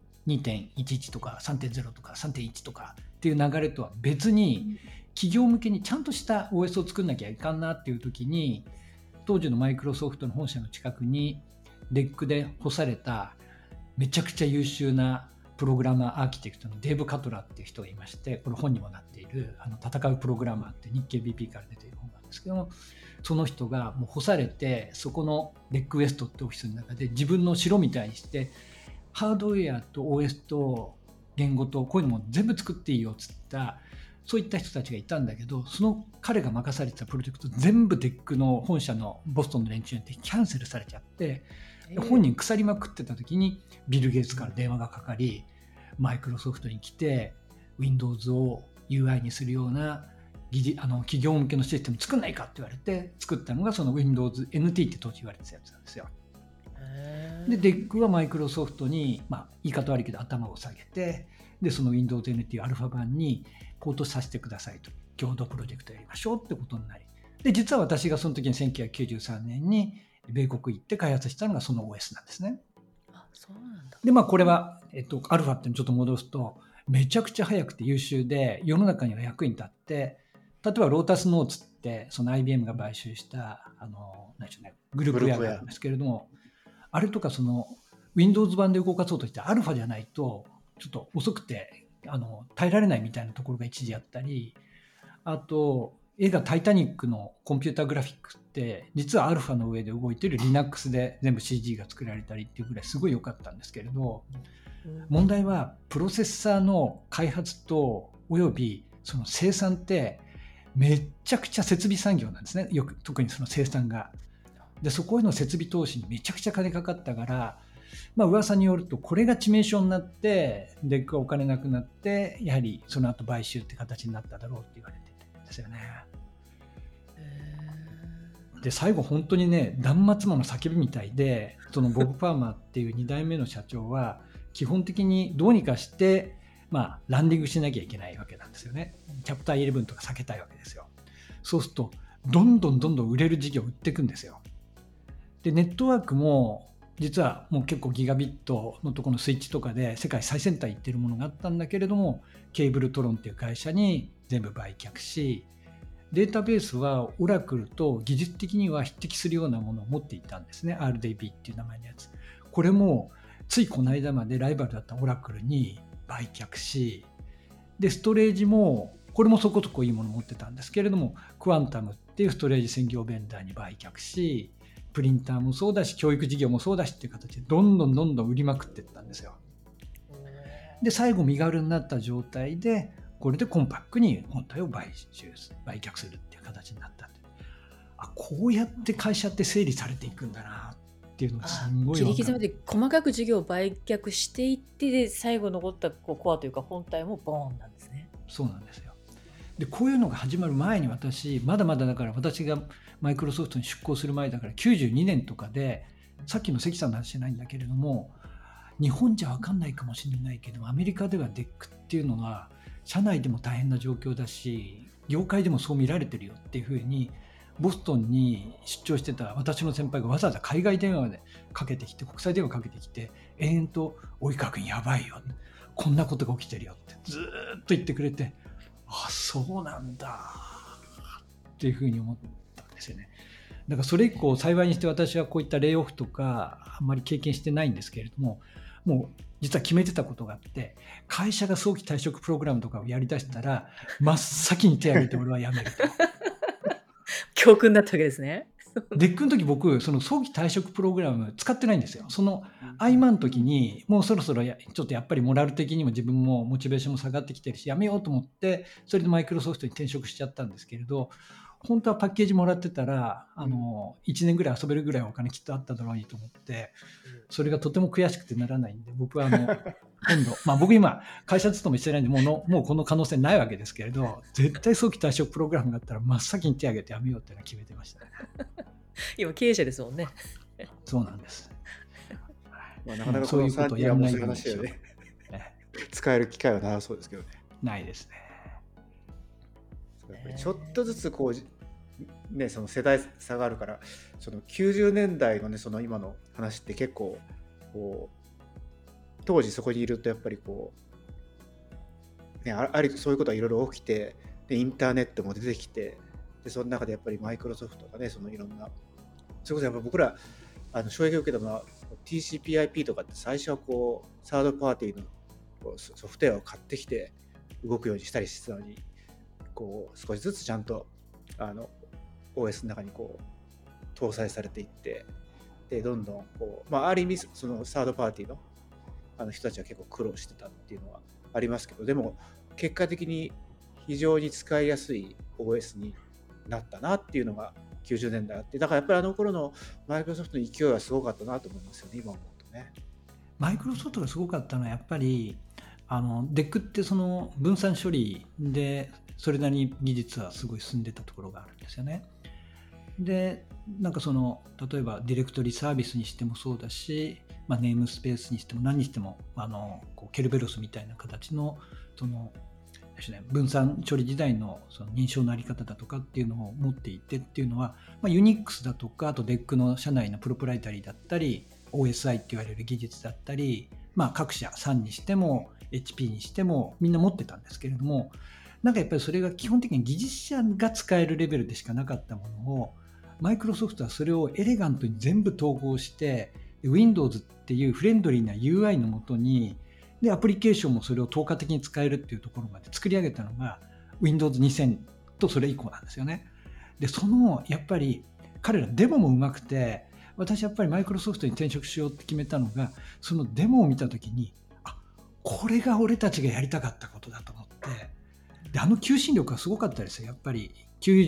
2.11 とか 3.0 とか 3.1 とかっていう流れとは別に、企業向けにちゃんとした OS を作んなきゃいかんなっていう時に、当時のマイクロソフトの本社の近くに DEC で干されためちゃくちゃ優秀なプログラマーアーキテクトのデーブ・カトラーっていう人がいまして、これ本にもなっている戦うプログラマーって日経 BP から出ている本なんですけども、その人がもう干されて、そこの DEC ウエストってオフィスの中で自分の城みたいにしてハードウェアと OS と言語とこういうのも全部作っていいよっつった、そういった人たちがいたんだけど、その彼が任されてたプロジェクト全部 DEC の本社のボストンの連中にキャンセルされちゃって、本人腐りまくってた時にビル・ゲイツから電話がかかり、マイクロソフトに来て Windows を UI にするような企業向けのシステム作んないかって言われて作ったのがその Windows NT って当時言われてたやつなんですよ。で DEC はマイクロソフトに、言い方悪いけど頭を下げて、でその Windows NT アルファ版にポートさせてくださいと、共同プロジェクトやりましょうってことになり、で実は私がその時に1993年に米国行って開発したのがその OS なんですね。 そうなんだ。 でこれは、アルファっていうのをちょっと戻すと、めちゃくちゃ早くて優秀で世の中には役に立って、例えばロータスノーツってその IBM が買収した何でしょうね、グループウェアがあるんですけれども、あれとかその Windows 版で動かそうとしてアルファじゃないとちょっと遅くて耐えられないみたいなところが一時あったり、あと映画タイタニックのコンピュータグラフィックって実はアルファの上で動いている Linux で全部 CG が作られたりっていうぐらいすごい良かったんですけれど、問題はプロセッサーの開発とおよびその生産ってめっちゃくちゃ設備産業なんですね。特にその生産がで、そこへの設備投資にめちゃくちゃ金かかったから、噂によるとこれが致命傷になって DEC がお金なくなって、やはりその後買収って形になっただろうって言われてるんですよね。で最後本当にね、断末魔の叫びみたいで、そのボブ・パーマーっていう2代目の社長は基本的にどうにかしてランディングしなきゃいけないわけなんですよね。チャプター11とか避けたいわけですよ。そうするとどんどん売れる事業を売っていくんですよ。でネットワークも実はもう結構ギガビットのところのスイッチとかで世界最先端行ってるものがあったんだけれども、ケーブルトロンっていう会社に全部売却し、データベースはオラクルと技術的には匹敵するようなものを持っていたんですね。 RDB っていう名前のやつ。これもついこの間までライバルだったオラクルに売却し、でストレージもこれもそこそこいいものを持ってたんですけれども、クワンタムっていうストレージ専業ベンダーに売却し、プリンターもそうだし教育事業もそうだしっていう形でどんどん売りまくっていったんですよ。で最後身軽になった状態でこれでコンパックに本体を売却するっていう形になったんで、こうやって会社って整理されていくんだなっていうのがすごい切り刻めて細かく事業を売却していって、で最後残ったコアというか本体もボーンなんですね。 そうなんですよ。でこういうのが始まる前に私まだだから私がマイクロソフトに出向する前だから92年とかで、さっきの関さんの話じゃないんだけれども、日本じゃ分かんないかもしれないけどアメリカでは DEC っていうのは社内でも大変な状況だし、業界でもそう見られてるよっていうふうにボストンに出張してた私の先輩がわざわざ海外電話でかけてきて、国際電話かけてきて延々と及川君やばいよ、こんなことが起きてるよってずっと言ってくれて、そうなんだっていうふうに思ったんですよね。 だからそれ以降幸いにして私はこういったレイオフとかあんまり経験してないんですけれども、もう実は決めてたことがあって、会社が早期退職プログラムとかをやりだしたら真っ先に手を挙げて俺は辞めると。 教訓だったわけですね。 デックの時僕その早期退職プログラム使ってないんですよ。その合間の時にもうそろそろちょっとやっぱりモラル的にも自分もモチベーションも下がってきてるし、やめようと思ってそれでマイクロソフトに転職しちゃったんですけれど、本当はパッケージもらってたら1年ぐらい遊べるぐらいお金きっとあっただろうにと思って、それがとても悔しくてならないんで、僕は今度僕今会社勤めしてないんでもうこの可能性ないわけですけれど、絶対早期退職プログラムがあったら真っ先に手を挙げてやめようっていうのは決めてましたね。 今経営者ですもんね。 そうなんです。 なかなかそういうことをやらないようにしよう。使える機会はなさそうですけどね。 ないですね。 ちょっとずつこうね、その世代差があるから、その90年代のね、その今の話って結構こう当時そこにいるとやっぱりこうね、そういうことがいろいろ起きて、でインターネットも出てきて、でその中でやっぱりマイクロソフトがね、そのいろんな、それこそやっぱ僕ら衝撃を受けたのは TCP/IP とかって最初はこうサードパーティーのソフトウェアを買ってきて動くようにしたりしてたのに、こう少しずつちゃんとOS の中にこう搭載されていって、でどんどんこう、ある意味そのサードパーティーの人たちは結構苦労してたっていうのはありますけど、でも結果的に非常に使いやすい OS になったなっていうのが90年代あって、だからやっぱり頃のマイクロソフトの勢いはすごかったなと思いますよね、今思うとね。 マイクロソフトがすごかったのはやっぱりデックってその分散処理でそれなりに技術はすごい進んでたところがあるんですよね。でなんかその例えばディレクトリサービスにしてもそうだし、ネームスペースにしても何にしてもこうケルベロスみたいな形のその分散処理時代のその認証のあり方だとかっていうのを持っていてっていうのは、ユニックスだとかあと DEC の社内のプロプライタリーだったり OSI って言われる技術だったり、各社SUNにしても HP にしてもみんな持ってたんですけれども、なんかやっぱりそれが基本的に技術者が使えるレベルでしかなかったものをマイクロソフトはそれをエレガントに全部統合して Windows っていうフレンドリーな UI のもとにでアプリケーションもそれを透過的に使えるっていうところまで作り上げたのが Windows 2000とそれ以降なんですよね。でそのやっぱり彼らデモもうまくて、私やっぱりマイクロソフトに転職しようって決めたのがそのデモを見た時にこれが俺たちがやりたかったことだと思って、で求心力がすごかったですよ。やっぱり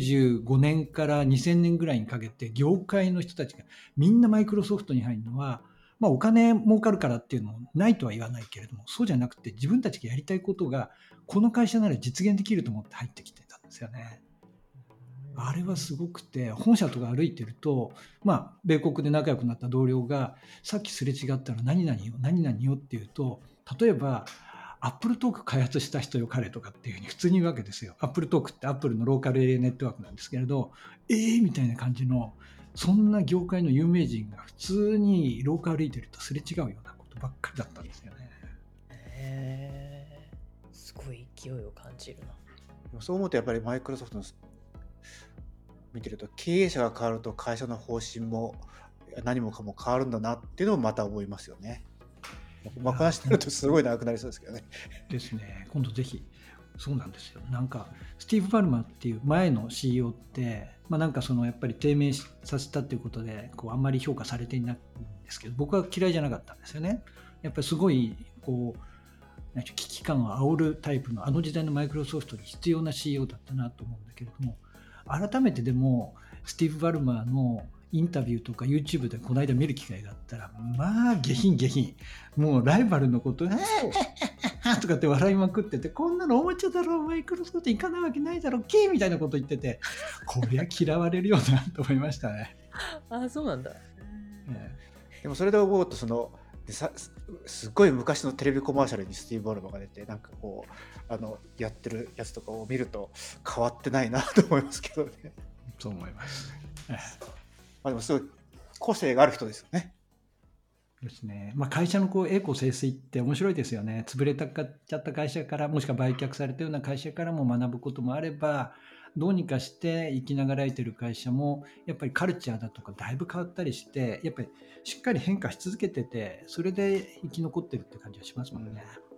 95年から2000年ぐらいにかけて業界の人たちがみんなマイクロソフトに入るのは、お金儲かるからっていうのもないとは言わないけれども、そうじゃなくて自分たちがやりたいことがこの会社なら実現できると思って入ってきてたんですよね。あれはすごくて、本社とか歩いてると、米国で仲良くなった同僚がさっきすれ違ったら何々よ何々よっていうと、例えばアップルトーク開発した人よ彼とかっていうふうに普通に言うわけですよ。アップルトークってアップルのローカルエリアネットワークなんですけれど、みたいな感じのそんな業界の有名人が普通に廊下歩いてるとすれ違うようなことばっかりだったんですよね。すごい勢いを感じるな。 そう思うとやっぱりマイクロソフトの見てると経営者が変わると会社の方針も何もかも変わるんだなっていうのもまた思いますよね。話してるとすごい長くなりそうですけどね。 ですね。今度ぜひ。そうなんですよ。なんかスティーブ・バルマーっていう前の CEO って、なんかそのやっぱり低迷させたっていうことでこうあんまり評価されていないんですけど、僕は嫌いじゃなかったんですよね。やっぱりすごいこう危機感を煽るタイプの時代のマイクロソフトに必要な CEO だったなと思うんだけれども、改めてでもスティーブ・バルマーのインタビューとか YouTube でこの間見る機会があったら、下品下品、もうライバルのこととかって笑いまくってて、こんなのおもちゃだろマイクロソフト行かないわけないだろキーみたいなこと言ってて、こりゃ嫌われるよなと思いましたね。 そうなんだ。 でもそれで思うとすっごい昔のテレビコマーシャルにスティーブ・バルマーが出てなんかこうやってるやつとかを見ると変わってないなと思いますけどね。 そう思います。 でもすごい個性がある人ですよね。 ですね。会社の栄枯盛衰って面白いですよね。潰れたちゃった会社から、もしくは売却されたような会社からも学ぶこともあれば、 どうにかして生きながらえてる会社もやっぱりカルチャーだとかだいぶ変わったりして、やっぱりしっかり変化し続けてて、それで生き残ってるって感じがしますもんね。